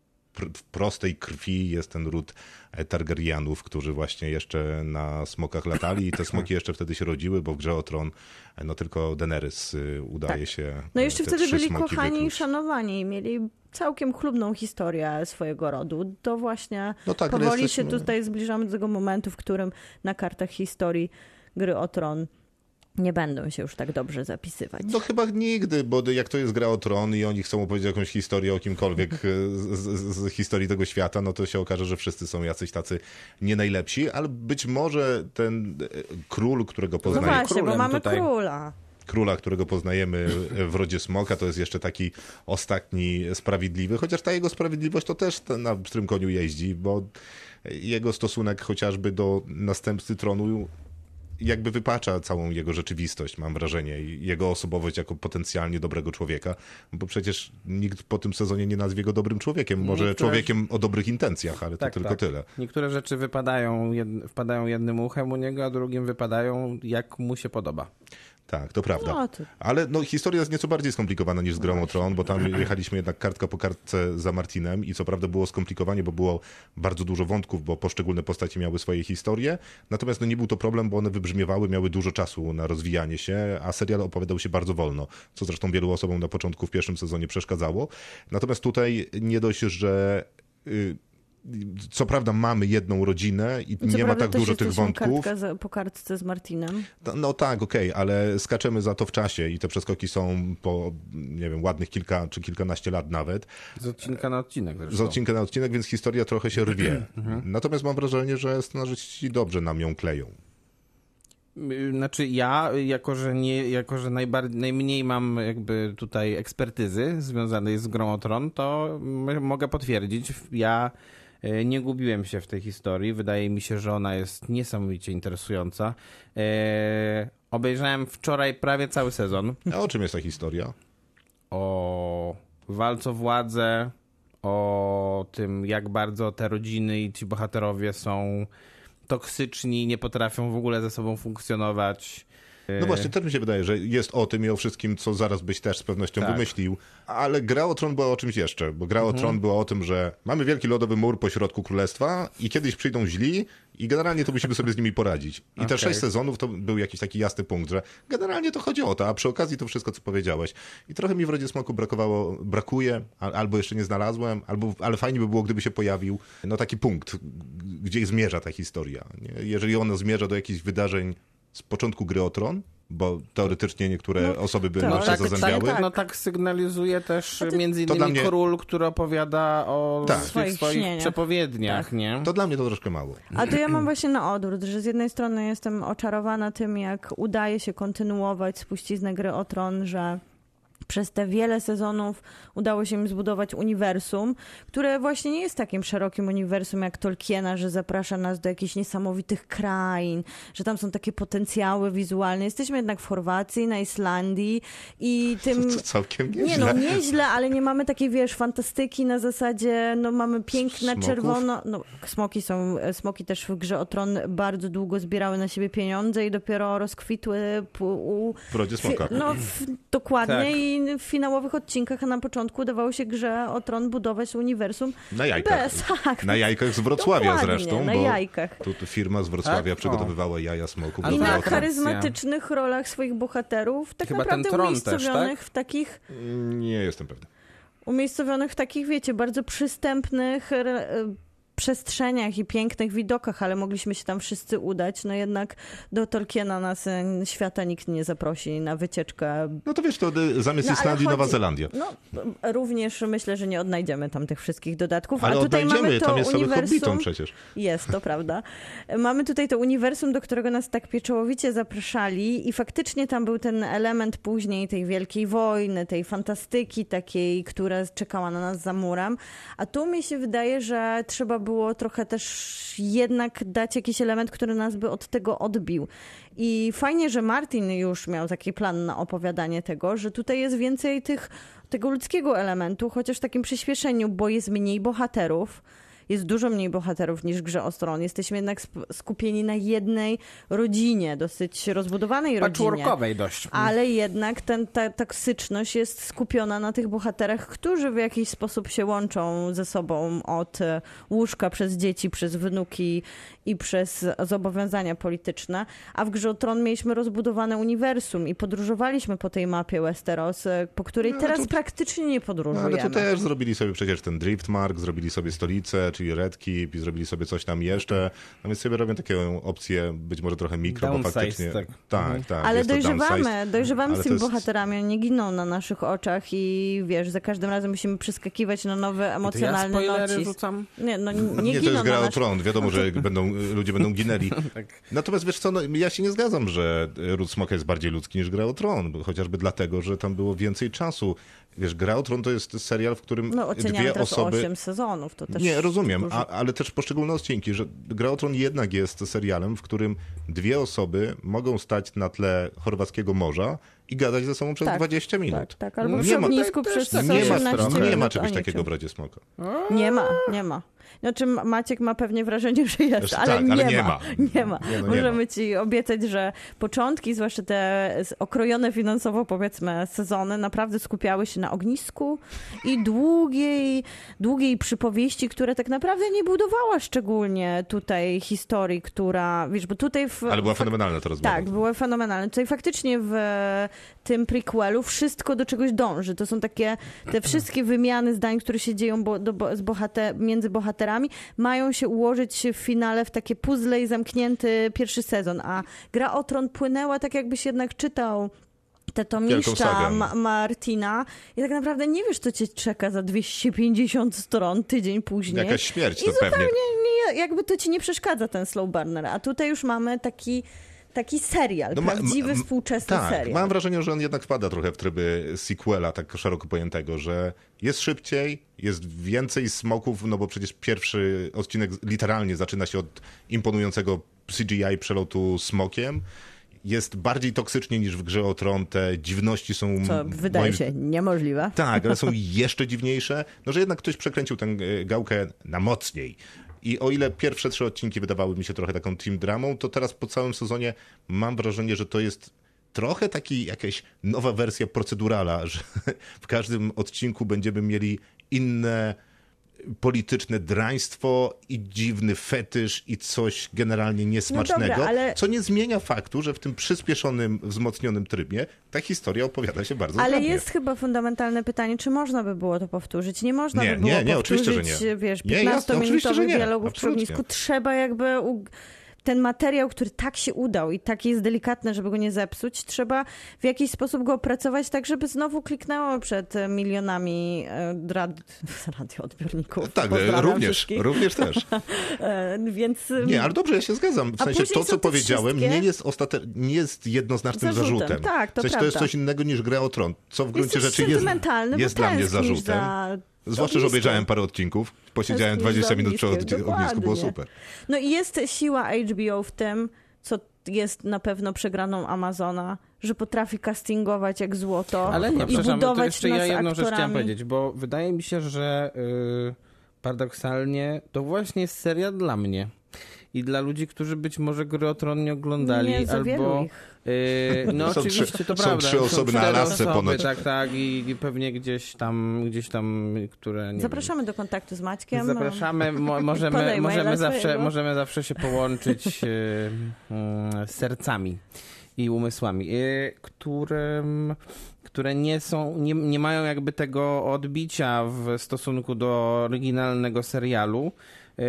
w prostej krwi jest ten ród Targaryenów, którzy właśnie jeszcze na smokach latali i te smoki jeszcze wtedy się rodziły, bo w Grze o Tron no tylko Daenerys udaje Tak. się. No jeszcze te wtedy trzy byli smoki kochani i wykluć. szanowani i mieli całkiem chlubną historię swojego rodu. To właśnie No tak, ale powoli jesteśmy- się tutaj zbliżamy do tego momentu, w którym na kartach historii Gry o Tron nie będą się już tak dobrze zapisywać. No chyba nigdy, bo jak to jest Gra o Tron i oni chcą opowiedzieć jakąś historię o kimkolwiek z, z, z historii tego świata, no to się okaże, że wszyscy są jacyś tacy nie najlepsi, ale być może ten król, którego No poznajemy, właśnie, bo królem mamy tutaj. króla. króla, którego poznajemy w rodzie Smoka, to jest jeszcze taki ostatni sprawiedliwy, chociaż ta jego sprawiedliwość to też ten, na pstrym koniu jeździ, bo jego stosunek chociażby do następcy tronu jakby wypacza całą jego rzeczywistość, mam wrażenie, i jego osobowość jako potencjalnie dobrego człowieka, bo przecież nikt po tym sezonie nie nazwie go dobrym człowiekiem, może Niektóre- człowiekiem o dobrych intencjach, ale to Tak, tylko tak. tyle. Niektóre rzeczy wypadają, jed, wpadają jednym uchem u niego, a drugim wypadają jak mu się podoba. Tak, to prawda. No, to- Ale no, historia jest nieco bardziej skomplikowana niż z Grą o Tron, bo tam jechaliśmy jednak kartka po kartce za Martinem i co prawda było skomplikowanie, bo było bardzo dużo wątków, bo poszczególne postacie miały swoje historie, natomiast no, nie był to problem, bo one wybrzmiewały, miały dużo czasu na rozwijanie się, a serial opowiadał się bardzo wolno, co zresztą wielu osobom na początku w pierwszym sezonie przeszkadzało. Natomiast tutaj nie dość, że... Yy, co prawda mamy jedną rodzinę i Co nie ma prawda tak też dużo tych jesteśmy wątków. kartka za, po kartce z Martinem. No, no tak, okej, ale skaczemy za to w czasie i te przeskoki są po, nie wiem, ładnych kilka czy kilkanaście lat nawet. Z odcinka na odcinek zresztą. Z odcinka na odcinek, więc historia trochę się rwie. Natomiast mam wrażenie, że scenarzyści dobrze nam ją kleją. Znaczy ja, jako że, nie, jako, że najbar- najmniej mam jakby tutaj ekspertyzy związanej z Grą o Tron, to m- mogę potwierdzić, ja e, nie gubiłem się w tej historii. Wydaje mi się, że ona jest niesamowicie interesująca. E, obejrzałem wczoraj prawie cały sezon. A o czym jest ta historia? O walce o władzę, o tym, jak bardzo te rodziny i ci bohaterowie są toksyczni, nie potrafią w ogóle ze sobą funkcjonować. No właśnie, też mi się wydaje, że jest o tym i o wszystkim, co zaraz byś też z pewnością Tak. wymyślił. Ale Gra o Tron była o czymś jeszcze, bo Gra o Tron była o tym, że mamy wielki lodowy mur pośrodku królestwa i kiedyś przyjdą źli i generalnie to musimy sobie z nimi poradzić. I te Okej. sześć sezonów to był jakiś taki jasny punkt, że generalnie to chodzi o to, a przy okazji to wszystko, co powiedziałeś. I trochę mi w Rodzie Smoku brakowało, brakuje, a- albo jeszcze nie znalazłem, albo, ale fajnie by było, gdyby się pojawił no taki punkt, gdzie zmierza ta historia. Nie? Jeżeli ona zmierza do jakichś wydarzeń z początku Gry o Tron, bo teoretycznie niektóre osoby by tak, nam się tak, zazębiały. tak. No tak sygnalizuje też A ty- między To dla innymi mnie- król, który opowiada o Tak. tych Swoich swoich śnieniach. przepowiedniach, Tak. nie? To dla mnie to troszkę mało. A to ja mam właśnie na odwrót, że z jednej strony jestem oczarowana tym, jak udaje się kontynuować spuściznę Gry o Tron, że przez te wiele sezonów udało się im zbudować uniwersum, które właśnie nie jest takim szerokim uniwersum jak Tolkiena, że zaprasza nas do jakichś niesamowitych krain, że tam są takie potencjały wizualne. Jesteśmy jednak w Chorwacji, na Islandii i tym... To całkiem nieźle. Nie no, nieźle, ale nie mamy takiej, wiesz, fantastyki na zasadzie, no mamy piękne, Smoków? czerwono... No, smoki są, smoki też w Grze o Tron bardzo długo zbierały na siebie pieniądze i dopiero rozkwitły u... W rodzie smoka. Fi, no, w, dokładnie Tak. i w finałowych odcinkach, a na początku udawało się Grze o Tron budować uniwersum Na jajkach. bez, tak. Na jajkach z Wrocławia Dokładnie, zresztą, na bo jajkach. tu, tu firma z Wrocławia Tak? przygotowywała jaja smoków. A I do na Grze o Tron. charyzmatycznych rolach swoich bohaterów, tak Chyba ten naprawdę Tron umiejscowionych też, tak? w takich Nie jestem pewny. umiejscowionych w takich, wiecie, bardzo przystępnych re, przestrzeniach i pięknych widokach, ale mogliśmy się tam wszyscy udać. No jednak do Tolkiena nas e, świata nikt nie zaprosi na wycieczkę. No to wiesz, to y, zamiast No, ale Islandii chodzi- Nowa Zelandia. No, również myślę, że nie odnajdziemy tam tych wszystkich dodatków. Ale a tutaj mamy odnajdziemy, to tam jest cały uniwersum... Hobbiton przecież. Jest, to prawda. Mamy tutaj to uniwersum, do którego nas tak pieczołowicie zapraszali i faktycznie tam był ten element później tej wielkiej wojny, tej fantastyki takiej, która czekała na nas za murem. A tu mi się wydaje, że trzeba było trochę też jednak dać jakiś element, który nas by od tego odbił. I fajnie, że Martin już miał taki plan na opowiadanie tego, że tutaj jest więcej tych, tego ludzkiego elementu, chociaż w takim przyspieszeniu, bo jest mniej bohaterów. Jest dużo mniej bohaterów niż w Grze o Tron. Jesteśmy jednak sp- skupieni na jednej rodzinie, dosyć rozbudowanej rodzinie. Patchworkowej dość. Ale jednak ten, ta toksyczność jest skupiona na tych bohaterach, którzy w jakiś sposób się łączą ze sobą od e, łóżka przez dzieci, przez wnuki i przez zobowiązania polityczne. A w Grze o Tron mieliśmy rozbudowane uniwersum i podróżowaliśmy po tej mapie Westeros, e, po której No, teraz to- praktycznie nie No, podróżujemy. ale tu też zrobili sobie przecież ten Driftmark, zrobili sobie stolicę, czyli Red Keep i zrobili sobie coś tam jeszcze. No więc sobie robią takie opcje, być może trochę mikro, bo Downsized, faktycznie... tak. Tak, Mhm. tak. Ale jest to dojrzewamy, downsized, dojrzewamy ale z to tymi jest- bohaterami, oni giną na naszych oczach i wiesz, za każdym razem musimy przeskakiwać na nowy To ja emocjonalny spoilery nacisk. rzucam. Nie, no nie, Nie, to giną jest gra na o nasz... Tron. Wiadomo, że będą, ludzie będą ginęli. Tak. Natomiast wiesz co, no, ja się nie zgadzam, że Ród Smoka jest bardziej ludzki niż Gra o Tron. bo- Chociażby dlatego, że tam było więcej czasu. Wiesz, Gra o Tron to jest serial, w którym No oceniamy dwie teraz osoby... osiem sezonów, to też... Nie, rozumiem, dużo. a, ale też poszczególne odcinki, że Gra o Tron jednak jest serialem, w którym dwie osoby mogą stać na tle chorwackiego morza i gadać ze sobą przez Tak, dwadzieścia minut. Tak, tak, albo Nie przy ma- ognisku też przez tak Nie ma, osiemnaście minut. nie ma o czegoś niczym. takiego w Radzie Smoka. Nie ma, nie ma. Znaczy Maciek ma pewnie wrażenie, że jest, Znaczy, ale, tak, nie, ale ma. nie ma. Nie ma. Nie, no nie Możemy ma. ci obiecać, że początki, zwłaszcza te okrojone finansowo powiedzmy sezony, naprawdę skupiały się na ognisku i długiej, długiej przypowieści, która tak naprawdę nie budowała szczególnie tutaj historii, która, wiesz, bo tutaj... W, Ale była fak- fenomenalna ta rozmowa. Tak, były fenomenalne. Tutaj faktycznie w tym prequelu wszystko do czegoś dąży. To są takie, te wszystkie wymiany zdań, które się dzieją bo, do, bo, z bohater, między bohaterami, mają się ułożyć w finale w takie puzzle i zamknięty pierwszy sezon. A Gra o Tron płynęła tak, jakbyś jednak czytał te Wielką tomiszcza sagę. Ma- Martina i tak naprawdę nie wiesz, co cię czeka za dwieście pięćdziesiąt stron tydzień później. Jakaś śmierć I to zupełnie pewnie. nie, jakby to ci nie przeszkadza ten slow burner. A tutaj już mamy taki taki serial, No ma- prawdziwy, ma- współczesny tak, serial. mam wrażenie, że on jednak wpada trochę w tryby sequela, tak szeroko pojętego, że jest szybciej, jest więcej smoków, no bo przecież pierwszy odcinek literalnie zaczyna się od imponującego C G I przelotu smokiem. Jest bardziej toksycznie niż w Grze o Tron, te dziwności są... Co wydaje moim- się niemożliwe. Tak, ale są jeszcze dziwniejsze. No, że jednak ktoś przekręcił tę e, gałkę na mocniej. I o ile pierwsze trzy odcinki wydawały mi się trochę taką team dramą, to teraz po całym sezonie mam wrażenie, że to jest trochę taki jakaś nowa wersja procedurala, że w każdym odcinku będziemy mieli inne polityczne draństwo i dziwny fetysz i coś generalnie niesmacznego, No dobra, ale- co nie zmienia faktu, że w tym przyspieszonym, wzmocnionym trybie ta historia opowiada się bardzo Ale zgrabnie. jest chyba fundamentalne pytanie, czy można by było to powtórzyć? Nie można Nie, by było nie, nie, powtórzyć, oczywiście, że nie. wiesz, Nie, jasne, oczywiście, że piętnastominutowych nie. dialogów Absolutnie. przy ognisku. Trzeba jakby... U... ten materiał, który tak się udał i tak jest delikatny, żeby go nie zepsuć, trzeba w jakiś sposób go opracować tak, żeby znowu kliknęło przed milionami rad... radioodbiorników. Tak, Pozdrawiam również, wszystkich. również też. Więc... Nie, ale dobrze, ja się zgadzam. W A sensie później to, są co te powiedziałem, wszystkie- nie jest, ostate... nie jest jednoznacznym Zarzutem, zarzutem. tak, to w sensie, to jest prawda. coś innego niż Gra o Tron, co w gruncie Jesteś rzeczy jest, sentymentalny, bo jest dla mnie tęsknisz zarzutem. za Zwłaszcza, że ogniskiem. obejrzałem parę odcinków, posiedziałem Tęsknisz dwadzieścia za minut przy ogniskiem, od- ognisku, było dokładnie. super. No i jest siła H B O w tym, co jest na pewno przegraną Amazona, że potrafi castingować jak złoto Ale nie, i przepraszam, budować to jeszcze nas ja jedną rzecz chciałem aktorami. powiedzieć, bo wydaje mi się, że yy, paradoksalnie to właśnie jest seria dla mnie. I dla ludzi, którzy być może Gry o Tron nie oglądali, Nie, za wielu albo... ich. Yy, no Są oczywiście, trzy- to są prawda. trzy osoby na cztery Alasce osoby, ponoć. Tak, tak i, i pewnie gdzieś tam, gdzieś tam, które... Nie Zapraszamy do kontaktu z Maćkiem. Wiem, zapraszamy, mo, możemy, Podaj możemy, maila zawsze, swojego. możemy zawsze się połączyć yy, yy, sercami i umysłami, yy, którym... które nie są, nie, nie mają jakby tego odbicia w stosunku do oryginalnego serialu yy,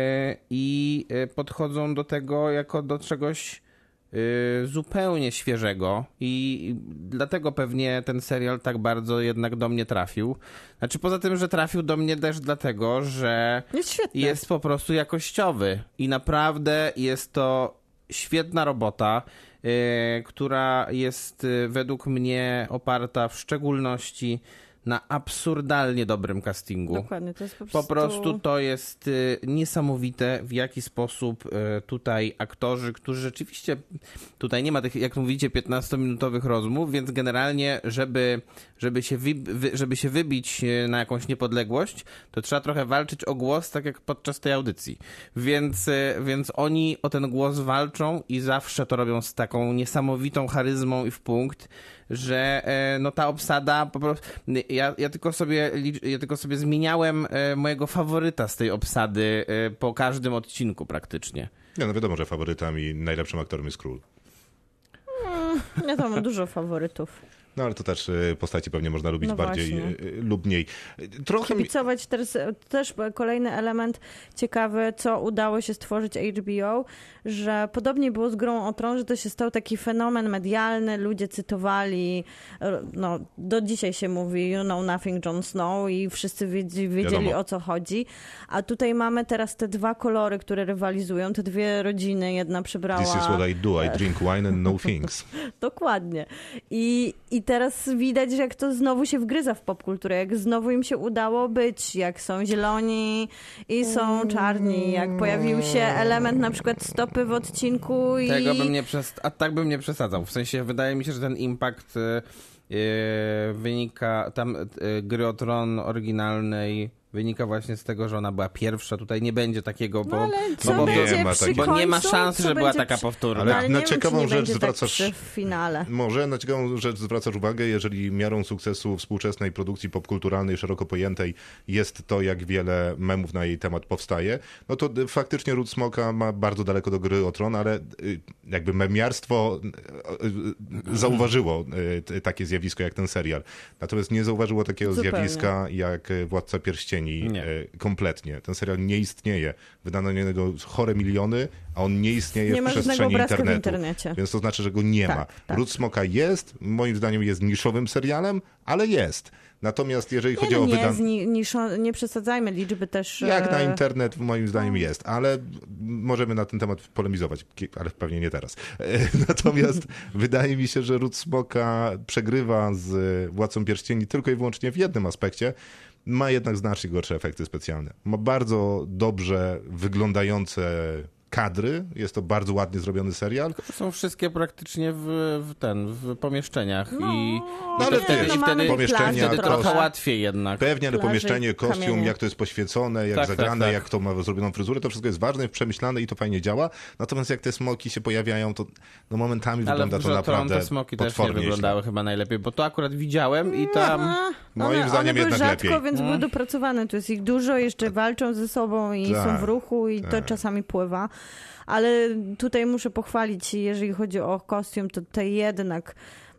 i yy, podchodzą do tego jako do czegoś yy, zupełnie świeżego i dlatego pewnie ten serial tak bardzo jednak do mnie trafił. Znaczy poza tym, że trafił do mnie też dlatego, że Jest świetny. jest po prostu jakościowy i naprawdę jest to świetna robota, yy, która jest yy, według mnie oparta w szczególności na absurdalnie dobrym castingu. Dokładnie, to jest po prostu... Po prostu to jest y, niesamowite, w jaki sposób y, tutaj aktorzy, którzy rzeczywiście, tutaj nie ma tych, jak mówicie, piętnastominutowych rozmów, więc generalnie, żeby, żeby, się, wy, wy, żeby się wybić y, na jakąś niepodległość, to trzeba trochę walczyć o głos, tak jak podczas tej audycji. Więc, y, więc oni o ten głos walczą i zawsze to robią z taką niesamowitą charyzmą i w punkt, że e, no ta obsada po prostu... Ja, ja, tylko sobie, ja tylko sobie zmieniałem e, mojego faworyta z tej obsady e, po każdym odcinku praktycznie. Nie, no wiadomo, że faworytami, najlepszym aktorem jest Król. Ja tam mam dużo faworytów. No ale to też y, postaci pewnie można lubić No bardziej właśnie. y, lub mniej. Trochę mi... Kibicować też, też kolejny element ciekawy, co udało się stworzyć H B O, że podobnie było z Grą o Tron, że to się stał taki fenomen medialny, ludzie cytowali, no do dzisiaj się mówi you know nothing Jon Snow i wszyscy wiedzieli, wiedzieli Wiadomo. o co chodzi, a tutaj mamy teraz te dwa kolory, które rywalizują, te dwie rodziny, jedna przybrała... This is what I do, I drink wine and know things. Dokładnie. I, I teraz widać, że jak to znowu się wgryza w popkulturę, jak znowu im się udało być, jak są zieloni i są czarni, jak pojawił się element na przykład stopy w odcinku i... Tego bym nie przes- a tak bym nie przesadzał. W sensie wydaje mi się, że ten impact e, e, wynika tam e, Gry o Tron oryginalnej wynika właśnie z tego, że ona była pierwsza. Tutaj nie będzie takiego, bo, No ale co no bo, będzie nie ma przy takiego. bo nie ma końcu? szansy, Co że była będzie taka przy- powtórna. Ale Ale na nie ciekawą wiem, czy nie rzecz będzie zwracasz- tak przy finale. Może na ciekawą rzecz zwracasz uwagę, jeżeli miarą sukcesu współczesnej produkcji popkulturalnej, szeroko pojętej jest to, jak wiele memów na jej temat powstaje, no to y, faktycznie Ród Smoka ma bardzo daleko do Gry o Tron, ale y, jakby memiarstwo y, y, zauważyło y, takie zjawisko jak ten serial. Natomiast nie zauważyło takiego Zupełnie. zjawiska jak y, Władca Pierścieni Nie. y, kompletnie. Ten serial nie istnieje. Wydano na niego chore miliony, a on nie istnieje Nie w ma żadnego przestrzeni obrazka w internetu. internecie. Więc to znaczy, że go nie Tak, ma. tak. Ród Smoka jest, moim zdaniem jest niszowym serialem, ale jest. Natomiast jeżeli Nie, chodzi no o nie, wydan... zni- niszo- nie przesadzajmy, liczby też... Jak na e, internet moim zdaniem jest, ale możemy na ten temat polemizować, ale pewnie nie teraz. Natomiast wydaje mi się, że Ród Smoka przegrywa z Władcą Pierścieni tylko i wyłącznie w jednym aspekcie. Ma jednak znacznie gorsze efekty specjalne. Ma bardzo dobrze wyglądające kadry, jest to bardzo ładnie zrobiony serial. Są wszystkie praktycznie w, w ten, w pomieszczeniach No, i, i, no ale to wtedy, wiesz, i wtedy, pomieszczenia, wtedy to- trochę łatwiej jednak. Pewnie, ale Plaży, pomieszczenie, kostium, kamienie. jak to jest poświecone, jak Tak, zagrane, tak, tak. jak kto ma zrobioną fryzurę, to wszystko jest ważne, przemyślane i to fajnie działa. Natomiast jak te smoki się pojawiają, to no momentami Ale wygląda w to Grze o Tron naprawdę te smoki też nie potwornie wyglądały źle. chyba najlepiej, bo to akurat widziałem i tam... A, Moim one, zdaniem one były jednak rzadko, lepiej. więc były dopracowane. Tu jest ich dużo, jeszcze walczą ze sobą i Tak, są w ruchu i to tak. czasami pływa. Ale tutaj muszę pochwalić, jeżeli chodzi o kostium, to tutaj jednak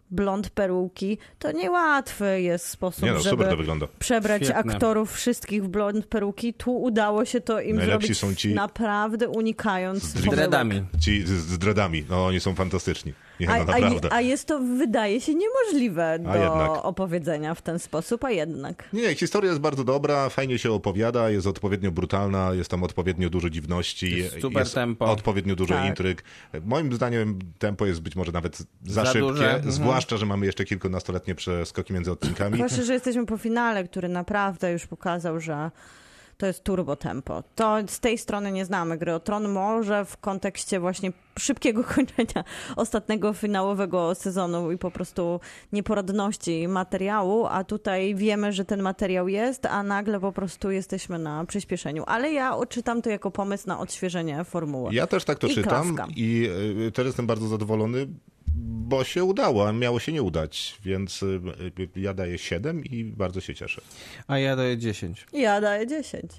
blond peruki, to niełatwy jest sposób, Nie no, żeby super to wygląda. przebrać Świetne. aktorów wszystkich w blond peruki. Tu udało się to im Najlepsi zrobić są ci naprawdę unikając z pomyłek. dreadami. Ci z, z dreadami, no oni są fantastyczni. Nie, no A, a, naprawdę. a jest to, wydaje się, niemożliwe do jednak. opowiedzenia w ten sposób, a jednak. Nie, historia jest bardzo dobra, fajnie się opowiada, jest odpowiednio brutalna, jest tam odpowiednio dużo dziwności, Jest super tempo. odpowiednio dużo Tak. intryg. Moim zdaniem tempo jest być może nawet za, Za szybkie, duże. Mhm. zwłaszcza, że mamy jeszcze kilkunastoletnie przeskoki między odcinkami. Zwłaszcza, że jesteśmy po finale, który naprawdę już pokazał, że to jest turbo tempo. To z tej strony nie znamy gry o Tron, może w kontekście właśnie szybkiego kończenia ostatniego finałowego sezonu i po prostu nieporadności materiału, a tutaj wiemy, że ten materiał jest, a nagle po prostu jesteśmy na przyspieszeniu. Ale ja odczytam to jako pomysł na odświeżenie formuły. Ja też tak to I czytam klaskam. i y, też jestem bardzo zadowolony, bo się udało, a miało się nie udać, więc y, y, ja daję siedem i bardzo się cieszę. A ja daję dziesięć. Ja daję dziesięć.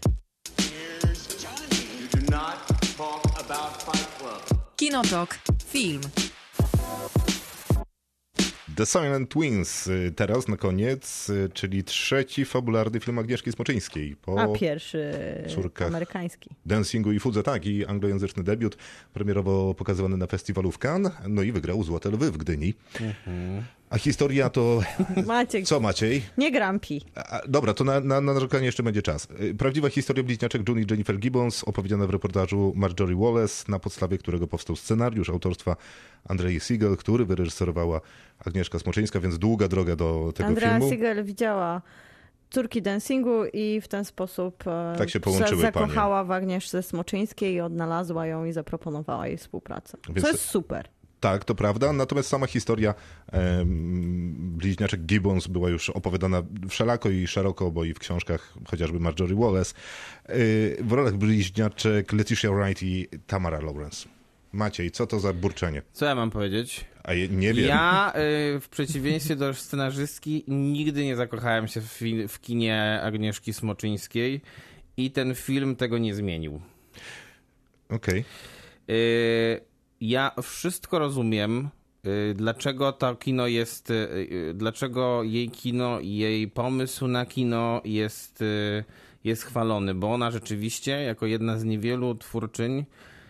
You do not talk about Fight Club. Kinotok. Film. The Silent Twins y, teraz na koniec, y, czyli trzeci fabularny film Agnieszki Smoczyńskiej. Po A pierwszy córkach. amerykański. Dancingu i Fudze, tak, i anglojęzyczny debiut, premierowo pokazywany na festiwalu w Cannes, no i wygrał Złote Lwy w Gdyni. A historia to... Maciek, Co Maciej? nie grampi. A, dobra, to na, na, na narzekanie jeszcze będzie czas. Y, Prawdziwa historia bliźniaczek June i Jennifer Gibbons, opowiedziana w reportażu Marjorie Wallace, na podstawie którego powstał scenariusz autorstwa Andrei Siegel, który wyreżyserowała Agnieszka Smoczyńska, więc długa droga do tego Andrea filmu. Siegel widziała córki dancingu i w ten sposób e, Tak się połączyły, za- zakochała w Agnieszce Smoczyńskiej i odnalazła ją i zaproponowała jej współpracę. Więc- Co jest super. Tak, to prawda, natomiast sama historia em, bliźniaczek Gibbons była już opowiadana wszelako i szeroko, bo i w książkach chociażby Marjorie Wallace. Y, w rolach bliźniaczek Letitia Wright i Tamara Lawrence. Maciej, co to za burczenie? Co ja mam powiedzieć? A je, nie wiem. Ja y, w przeciwieństwie do scenarzystki nigdy nie zakochałem się w, fi- w kinie Agnieszki Smoczyńskiej i ten film tego nie zmienił. Okej. Y, ja wszystko rozumiem, y, dlaczego to kino jest, y, y, dlaczego jej kino i jej pomysł na kino jest, y, jest chwalony, bo ona rzeczywiście jako jedna z niewielu twórczyń,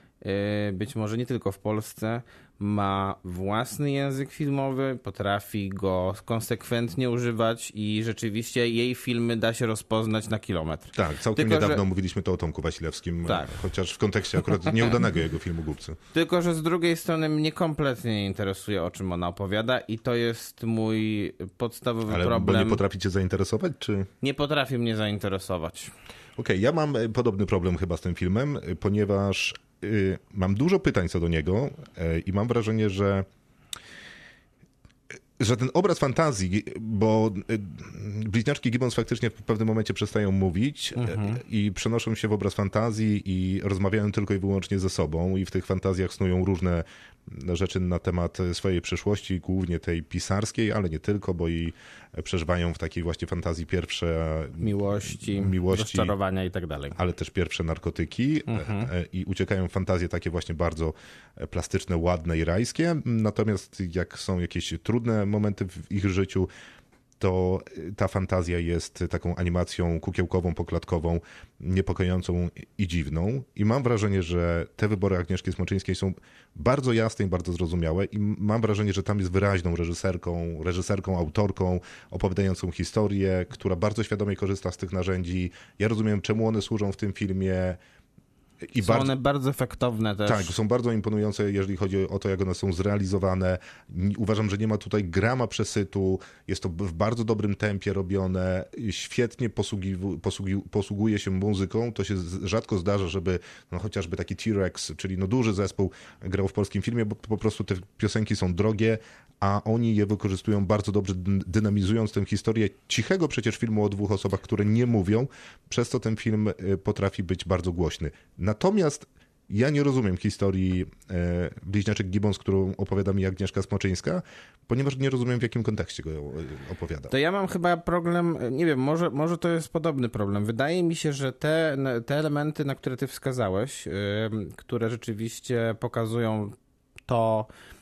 y, być może nie tylko w Polsce, ma własny język filmowy, potrafi go konsekwentnie używać i rzeczywiście jej filmy da się rozpoznać na kilometr. Tak, całkiem Tylko, niedawno że- mówiliśmy to o Tomku Wasilewskim, Tak. chociaż w kontekście akurat nieudanego jego filmu Głupcy. Tylko, że z drugiej strony mnie kompletnie nie interesuje, o czym ona opowiada i to jest mój podstawowy Ale problem. bo nie potraficie zainteresować, czy... Nie potrafi mnie zainteresować. Okej, ja mam e, podobny problem chyba z tym filmem, e, ponieważ y, mam dużo pytań co do niego e, i mam wrażenie, że że ten obraz fantazji, bo y, bliźniaczki Gibbons faktycznie w pewnym momencie przestają mówić Mhm. y, i przenoszą się w obraz fantazji i rozmawiają tylko i wyłącznie ze sobą i w tych fantazjach snują różne rzeczy na temat swojej przeszłości, głównie tej pisarskiej, ale nie tylko, bo i przeżywają w takiej właśnie fantazji pierwsze Miłości, miłości rozczarowania i tak dalej. ale też pierwsze narkotyki Mhm. e, e, i uciekają w fantazje takie właśnie bardzo plastyczne, ładne i rajskie. Natomiast jak są jakieś trudne momenty w ich życiu, to ta fantazja jest taką animacją kukiełkową, poklatkową, niepokojącą i dziwną. I mam wrażenie, że te wybory Agnieszki Smoczyńskiej są bardzo jasne i bardzo zrozumiałe i mam wrażenie, że tam jest wyraźną reżyserką, reżyserką, autorką, opowiadającą historię, która bardzo świadomie korzysta z tych narzędzi. Ja rozumiem, czemu one służą w tym filmie. I Są bardzo, one bardzo efektowne też. tak, są bardzo imponujące, jeżeli chodzi o to, jak one są zrealizowane. N- Uważam, że nie ma tutaj grama przesytu. Jest to b- w bardzo dobrym tempie robione. Świetnie posługiw- posługi- posługuje się muzyką. To się z- rzadko zdarza, żeby no, chociażby taki T-Rex, czyli no, duży zespół grał w polskim filmie, bo po prostu te piosenki są drogie, a oni je wykorzystują bardzo dobrze, dyn- dynamizując tę historię cichego przecież filmu o dwóch osobach, które nie mówią, przez co ten film y, potrafi być bardzo głośny. Natomiast ja nie rozumiem historii e, bliźniaczek Gibbons, którą opowiada mi Agnieszka Smoczyńska, ponieważ nie rozumiem, w jakim kontekście go e, opowiada. To ja mam chyba problem, nie wiem, może, może to jest podobny problem. Wydaje mi się, że te, te elementy, na które ty wskazałeś, yy, które rzeczywiście pokazują to,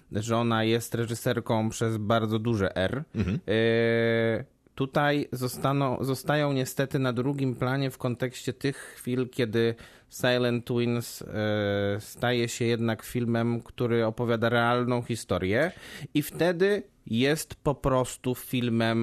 że ona jest reżyserką przez bardzo duże R. Mhm. Y- Tutaj zostaną, zostają niestety na drugim planie w kontekście tych chwil, kiedy Silent Twins e, staje się jednak filmem, który opowiada realną historię i wtedy jest po prostu filmem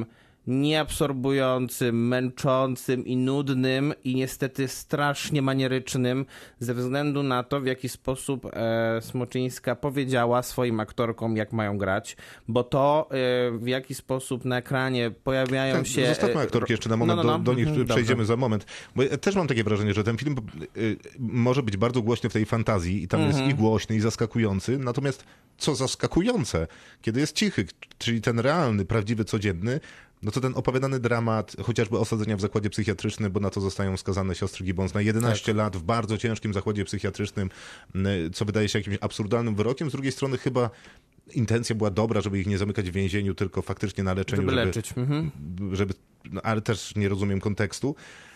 nieabsorbującym, męczącym i nudnym i niestety strasznie manierycznym ze względu na to, w jaki sposób e, Smoczyńska powiedziała swoim aktorkom, jak mają grać, bo to e, w jaki sposób na ekranie pojawiają tak, się... Zostawmy aktorki jeszcze na moment, no, no, no. Do, do nich mhm, przejdziemy dobrze. Za moment, bo ja też mam takie wrażenie, że ten film y, może być bardzo głośny w tej fantazji i tam mhm. jest i głośny, i zaskakujący, natomiast co zaskakujące, kiedy jest cichy, czyli ten realny, prawdziwy, codzienny, no to ten opowiadany dramat, chociażby osadzenia w zakładzie psychiatrycznym, bo na to zostają skazane siostry Gibbons na jedenaście tak. lat w bardzo ciężkim zakładzie psychiatrycznym, co wydaje się jakimś absurdalnym wyrokiem. Z drugiej strony chyba intencja była dobra, żeby ich nie zamykać w więzieniu, tylko faktycznie na leczeniu. Żeby, żeby leczyć. Mhm. żeby, no, ale też nie rozumiem kontekstu.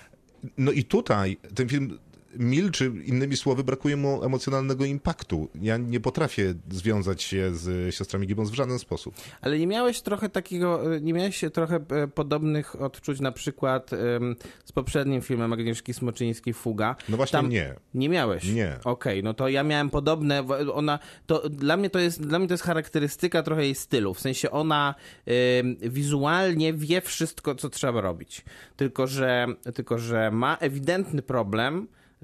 No i tutaj ten film milczy, innymi słowy, brakuje mu emocjonalnego impaktu. Ja nie potrafię związać się z siostrami Gibbons w żaden sposób. Ale nie miałeś trochę takiego, nie miałeś trochę podobnych odczuć na przykład um, z poprzednim filmem Agnieszki Smoczyńskiej Fuga? No właśnie Tam nie. Nie miałeś? Nie. Okej, okay, no to ja miałem podobne, ona, to dla mnie to jest, dla mnie to jest charakterystyka trochę jej stylu, w sensie ona um, wizualnie wie wszystko, co trzeba robić. Tylko, że, tylko, że ma ewidentny problem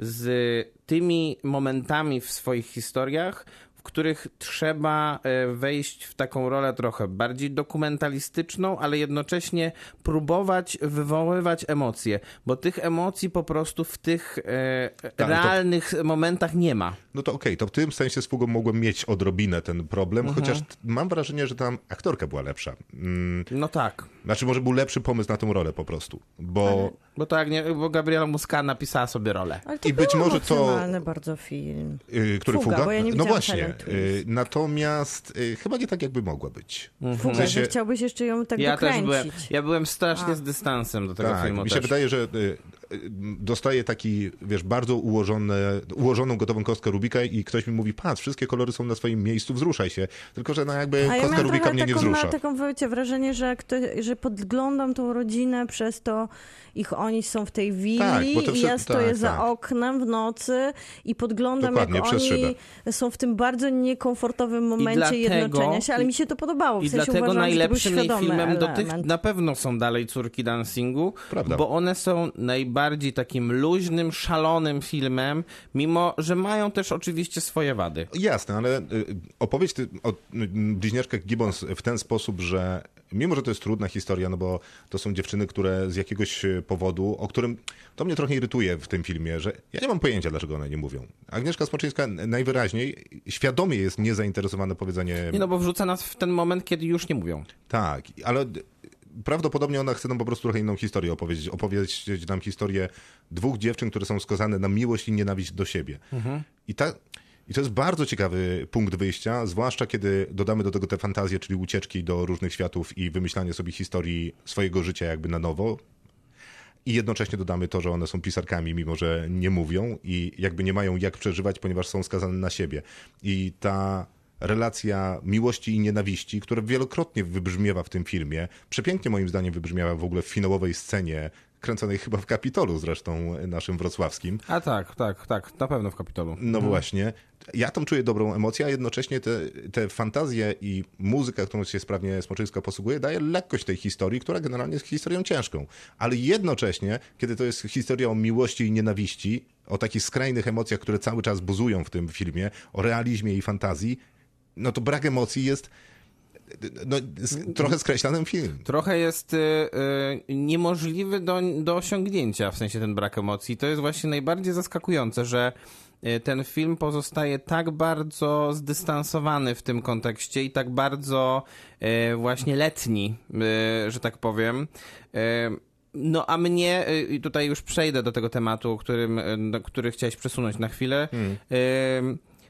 z tymi momentami w swoich historiach, w których trzeba wejść w taką rolę trochę bardziej dokumentalistyczną, ale jednocześnie próbować wywoływać emocje, bo tych emocji po prostu w tych e, tak, realnych to, momentach nie ma. No to okej, okay, to w tym sensie z Fugą mogłem mieć odrobinę ten problem, mhm. chociaż mam wrażenie, że tam aktorka była lepsza. Mm, no tak. Znaczy może był lepszy pomysł na tę rolę po prostu, bo... Ale, bo to jak nie, bo Gabriela Muska napisała sobie rolę. Ale to I być może to bardzo film. Yy, który Fuga? Fuga? Bo ja nie no właśnie. Yy, natomiast yy, chyba nie tak, jakby mogła być. Mhm. Fuga, w sensie... że chciałbyś jeszcze ją tak ja dokręcić. Też byłem, ja byłem strasznie A. z dystansem do tego tak, filmu. Mi się też. wydaje, że yy, dostaję taki, wiesz, bardzo ułożone, ułożoną gotową kostkę Rubika i ktoś mi mówi, patrz, wszystkie kolory są na swoim miejscu, wzruszaj się. Tylko, że no jakby A kostka ja Rubika mnie taką, nie wzrusza. Ja taką wiecie, wrażenie, że, kto, że podglądam tą rodzinę przez to, ich oni są w tej willi tak, i ja stoję tak, za tak. oknem w nocy i podglądam, Dokładnie, jak oni szybę. są w tym bardzo niekomfortowym momencie dlatego, jednoczenia się, ale mi się to podobało. W I sensie dlatego uważam, najlepszym jej filmem element. do tych na pewno są dalej Córki Dancingu, Prawda. bo one są najbardziej takim luźnym, szalonym filmem, mimo że mają też oczywiście swoje wady. Jasne, ale opowieść o bliźniaczkach Gibbons w ten sposób, że mimo, że to jest trudna historia, no bo to są dziewczyny, które z jakiegoś powodu, o którym to mnie trochę irytuje w tym filmie, że ja nie mam pojęcia, dlaczego one nie mówią. Agnieszka Smoczyńska najwyraźniej świadomie jest niezainteresowana powiedzeniem... Nie, no bo wrzuca nas w ten moment, kiedy już nie mówią. Tak, ale prawdopodobnie ona chce nam po prostu trochę inną historię opowiedzieć. Opowiedzieć nam historię dwóch dziewczyn, które są skazane na miłość i nienawiść do siebie. Mhm. I ta... I to jest bardzo ciekawy punkt wyjścia, zwłaszcza kiedy dodamy do tego te fantazje, czyli ucieczki do różnych światów i wymyślanie sobie historii swojego życia jakby na nowo. I jednocześnie dodamy to, że one są pisarkami, mimo że nie mówią i jakby nie mają jak przeżywać, ponieważ są skazane na siebie. I ta relacja miłości i nienawiści, która wielokrotnie wybrzmiewa w tym filmie, przepięknie moim zdaniem wybrzmiała w ogóle w finałowej scenie, kręconej chyba w Kapitolu zresztą naszym wrocławskim. A tak, tak, tak, na pewno w Kapitolu. No hmm. właśnie. Ja tam czuję dobrą emocję, a jednocześnie te, te fantazje i muzyka, którą się sprawnie Smoczyńska posługuje, daje lekkość tej historii, która generalnie jest historią ciężką. Ale jednocześnie, kiedy to jest historia o miłości i nienawiści, o takich skrajnych emocjach, które cały czas buzują w tym filmie, o realizmie i fantazji, no to brak emocji jest... No, trochę skreśla ten film. Trochę jest y, y, niemożliwy do, do osiągnięcia, w sensie ten brak emocji. To jest właśnie najbardziej zaskakujące, że y, ten film pozostaje tak bardzo zdystansowany w tym kontekście i tak bardzo y, właśnie letni, y, że tak powiem. Y, No a mnie, i tutaj już przejdę do tego tematu, którym, który chciałeś przesunąć na chwilę, hmm. y,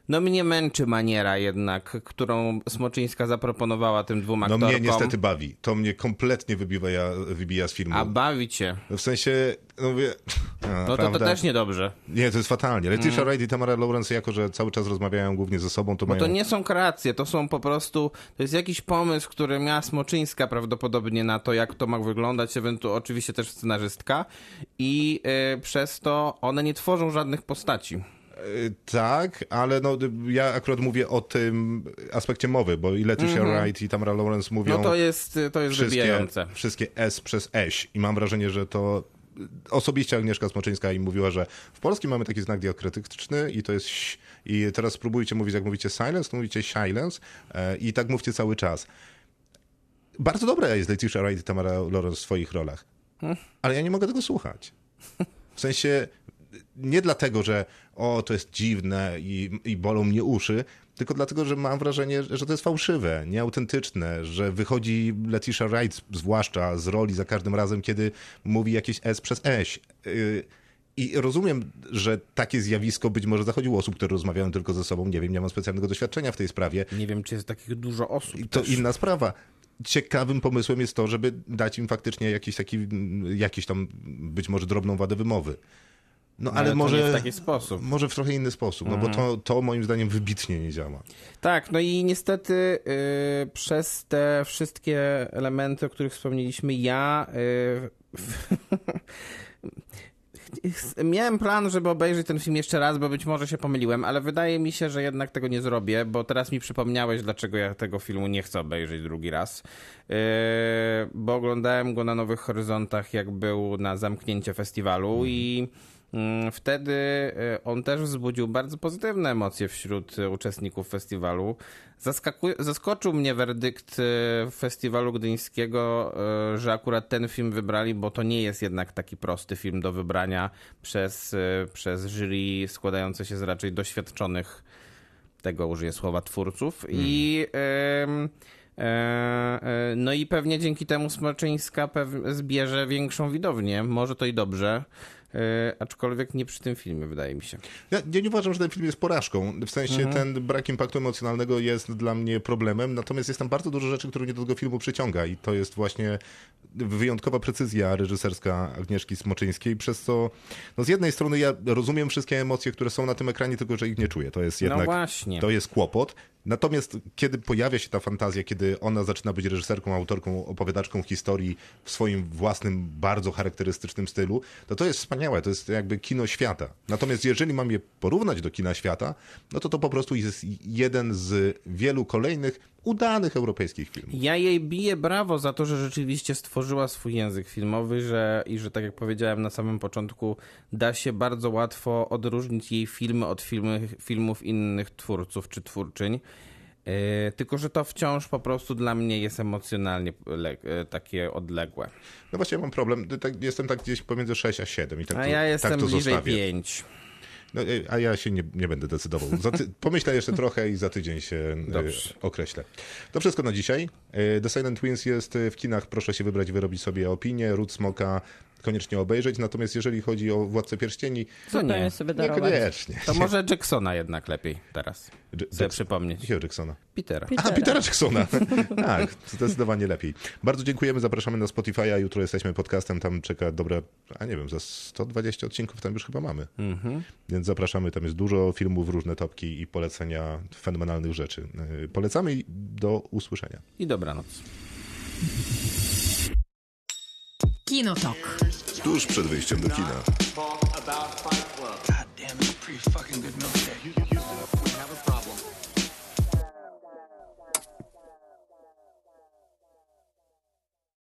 No mnie męczy maniera jednak, którą Smoczyńska zaproponowała tym dwóm No aktorkom. mnie niestety bawi. To mnie kompletnie wybija, wybija z filmu. A bawi cię. W sensie, no mówię... A, No to, to też niedobrze. Nie, to jest fatalnie. Letitia Mm. Wright i Tamara Lawrence, jako że cały czas rozmawiają głównie ze sobą, to Bo mają... to nie są kreacje, to są po prostu, to jest jakiś pomysł, który miała Smoczyńska prawdopodobnie na to, jak to ma wyglądać, ewentualnie oczywiście też scenarzystka i y, przez to one nie tworzą żadnych postaci. Y, Tak, ale no, ja akurat mówię o tym aspekcie mowy, bo i Letitia Mhm. Wright i Tamara Lawrence mówią No to jest, to jest wszystkie, wybijające. wszystkie S przez eś i mam wrażenie, że to osobiście Agnieszka Smoczyńska im mówiła, że w polskim mamy taki znak diakrytyczny i to jest ś, i teraz spróbujcie mówić, jak mówicie silence, to mówicie silence e, i tak mówcie cały czas. Bardzo dobra jest Letitia Wright i Tamara Lawrence w swoich rolach, ale ja nie mogę tego słuchać. W sensie nie dlatego, że o, to jest dziwne i, i bolą mnie uszy, tylko dlatego, że mam wrażenie, że to jest fałszywe, nieautentyczne, że wychodzi Letitia Wright zwłaszcza z roli za każdym razem, kiedy mówi jakieś S przez eś. Yy, I rozumiem, że takie zjawisko być może zachodziło osób, które rozmawiają tylko ze sobą. Nie wiem, nie mam specjalnego doświadczenia w tej sprawie. Nie wiem, czy jest takich dużo osób. I to też. inna sprawa. Ciekawym pomysłem jest to, żeby dać im faktycznie jakiś taki, jakiś tam być może drobną wadę wymowy. No ale, Ale to może nie w taki sposób. Może w trochę inny sposób, no bo to, to moim zdaniem wybitnie nie działa. Tak, no i niestety yy, przez te wszystkie elementy, o których wspomnieliśmy, ja yy, miałem plan, żeby obejrzeć ten film jeszcze raz, bo być może się pomyliłem, ale wydaje mi się, że jednak tego nie zrobię, bo teraz mi przypomniałeś, dlaczego ja tego filmu nie chcę obejrzeć drugi raz. Yy, bo oglądałem go na Nowych Horyzontach, jak był na zamknięcie festiwalu mm. i wtedy on też wzbudził bardzo pozytywne emocje wśród uczestników festiwalu. Zaskaku- zaskoczył mnie werdykt festiwalu gdyńskiego, że akurat ten film wybrali, bo to nie jest jednak taki prosty film do wybrania przez, przez jury składające się z raczej doświadczonych, tego użyję słowa, twórców. Mm. I... Ym, no i pewnie dzięki temu Smoczyńska pew- zbierze większą widownię. Może to i dobrze. Yy, aczkolwiek nie przy tym filmie, wydaje mi się. Ja, ja nie uważam, że ten film jest porażką. W sensie mhm. ten brak impaktu emocjonalnego jest dla mnie problemem, natomiast jest tam bardzo dużo rzeczy, które mnie do tego filmu przyciąga i to jest właśnie wyjątkowa precyzja reżyserska Agnieszki Smoczyńskiej, przez co no z jednej strony ja rozumiem wszystkie emocje, które są na tym ekranie, tylko że ich nie czuję. To jest jednak, no właśnie. To jest kłopot. Natomiast kiedy pojawia się ta fantazja, kiedy ona zaczyna być reżyserką, autorką, opowiadaczką historii w swoim własnym, bardzo charakterystycznym stylu, to to jest wspaniałe, to jest jakby kino świata. Natomiast jeżeli mam je porównać do kina świata, no to to po prostu jest jeden z wielu kolejnych udanych europejskich filmów. Ja jej biję brawo za to, że rzeczywiście stworzyła swój język filmowy, że i że tak jak powiedziałem na samym początku, da się bardzo łatwo odróżnić jej filmy od filmy, filmów innych twórców czy twórczyń. Yy, tylko, że to wciąż po prostu dla mnie jest emocjonalnie le- takie odległe. No właśnie ja mam problem, tak, jestem tak gdzieś pomiędzy sześć a siedem i tak a to, ja jestem tak to bliżej zostawię. pięć. No, a ja się nie, nie będę decydował. Za ty- pomyślę jeszcze trochę i za tydzień się Dobrze. y, określę. To wszystko na dzisiaj. Y, The Silent Twins jest w kinach. Proszę się wybrać, wyrobić sobie opinię. Ród Smoka koniecznie obejrzeć. Natomiast jeżeli chodzi o Władcę Pierścieni, To nie. Zupełnie sobie darować. niekoniecznie. To może Jacksona jednak lepiej teraz J- sobie Jackson- przypomnieć. Jakiego Jacksona? Petera. A, Petera Jacksona. Tak, zdecydowanie lepiej. Bardzo dziękujemy, zapraszamy na Spotify'a. Jutro jesteśmy podcastem, tam czeka dobre, a nie wiem, za sto dwadzieścia odcinków tam już chyba mamy. Mhm. Więc zapraszamy, tam jest dużo filmów, różne topki i polecenia fenomenalnych rzeczy. Yy, Polecamy i do usłyszenia. I dobranoc. Kinotok. Tuż przed wyjściem do kina. Talk about Fight Club. God damn, it's a pretty fucking good milkshake.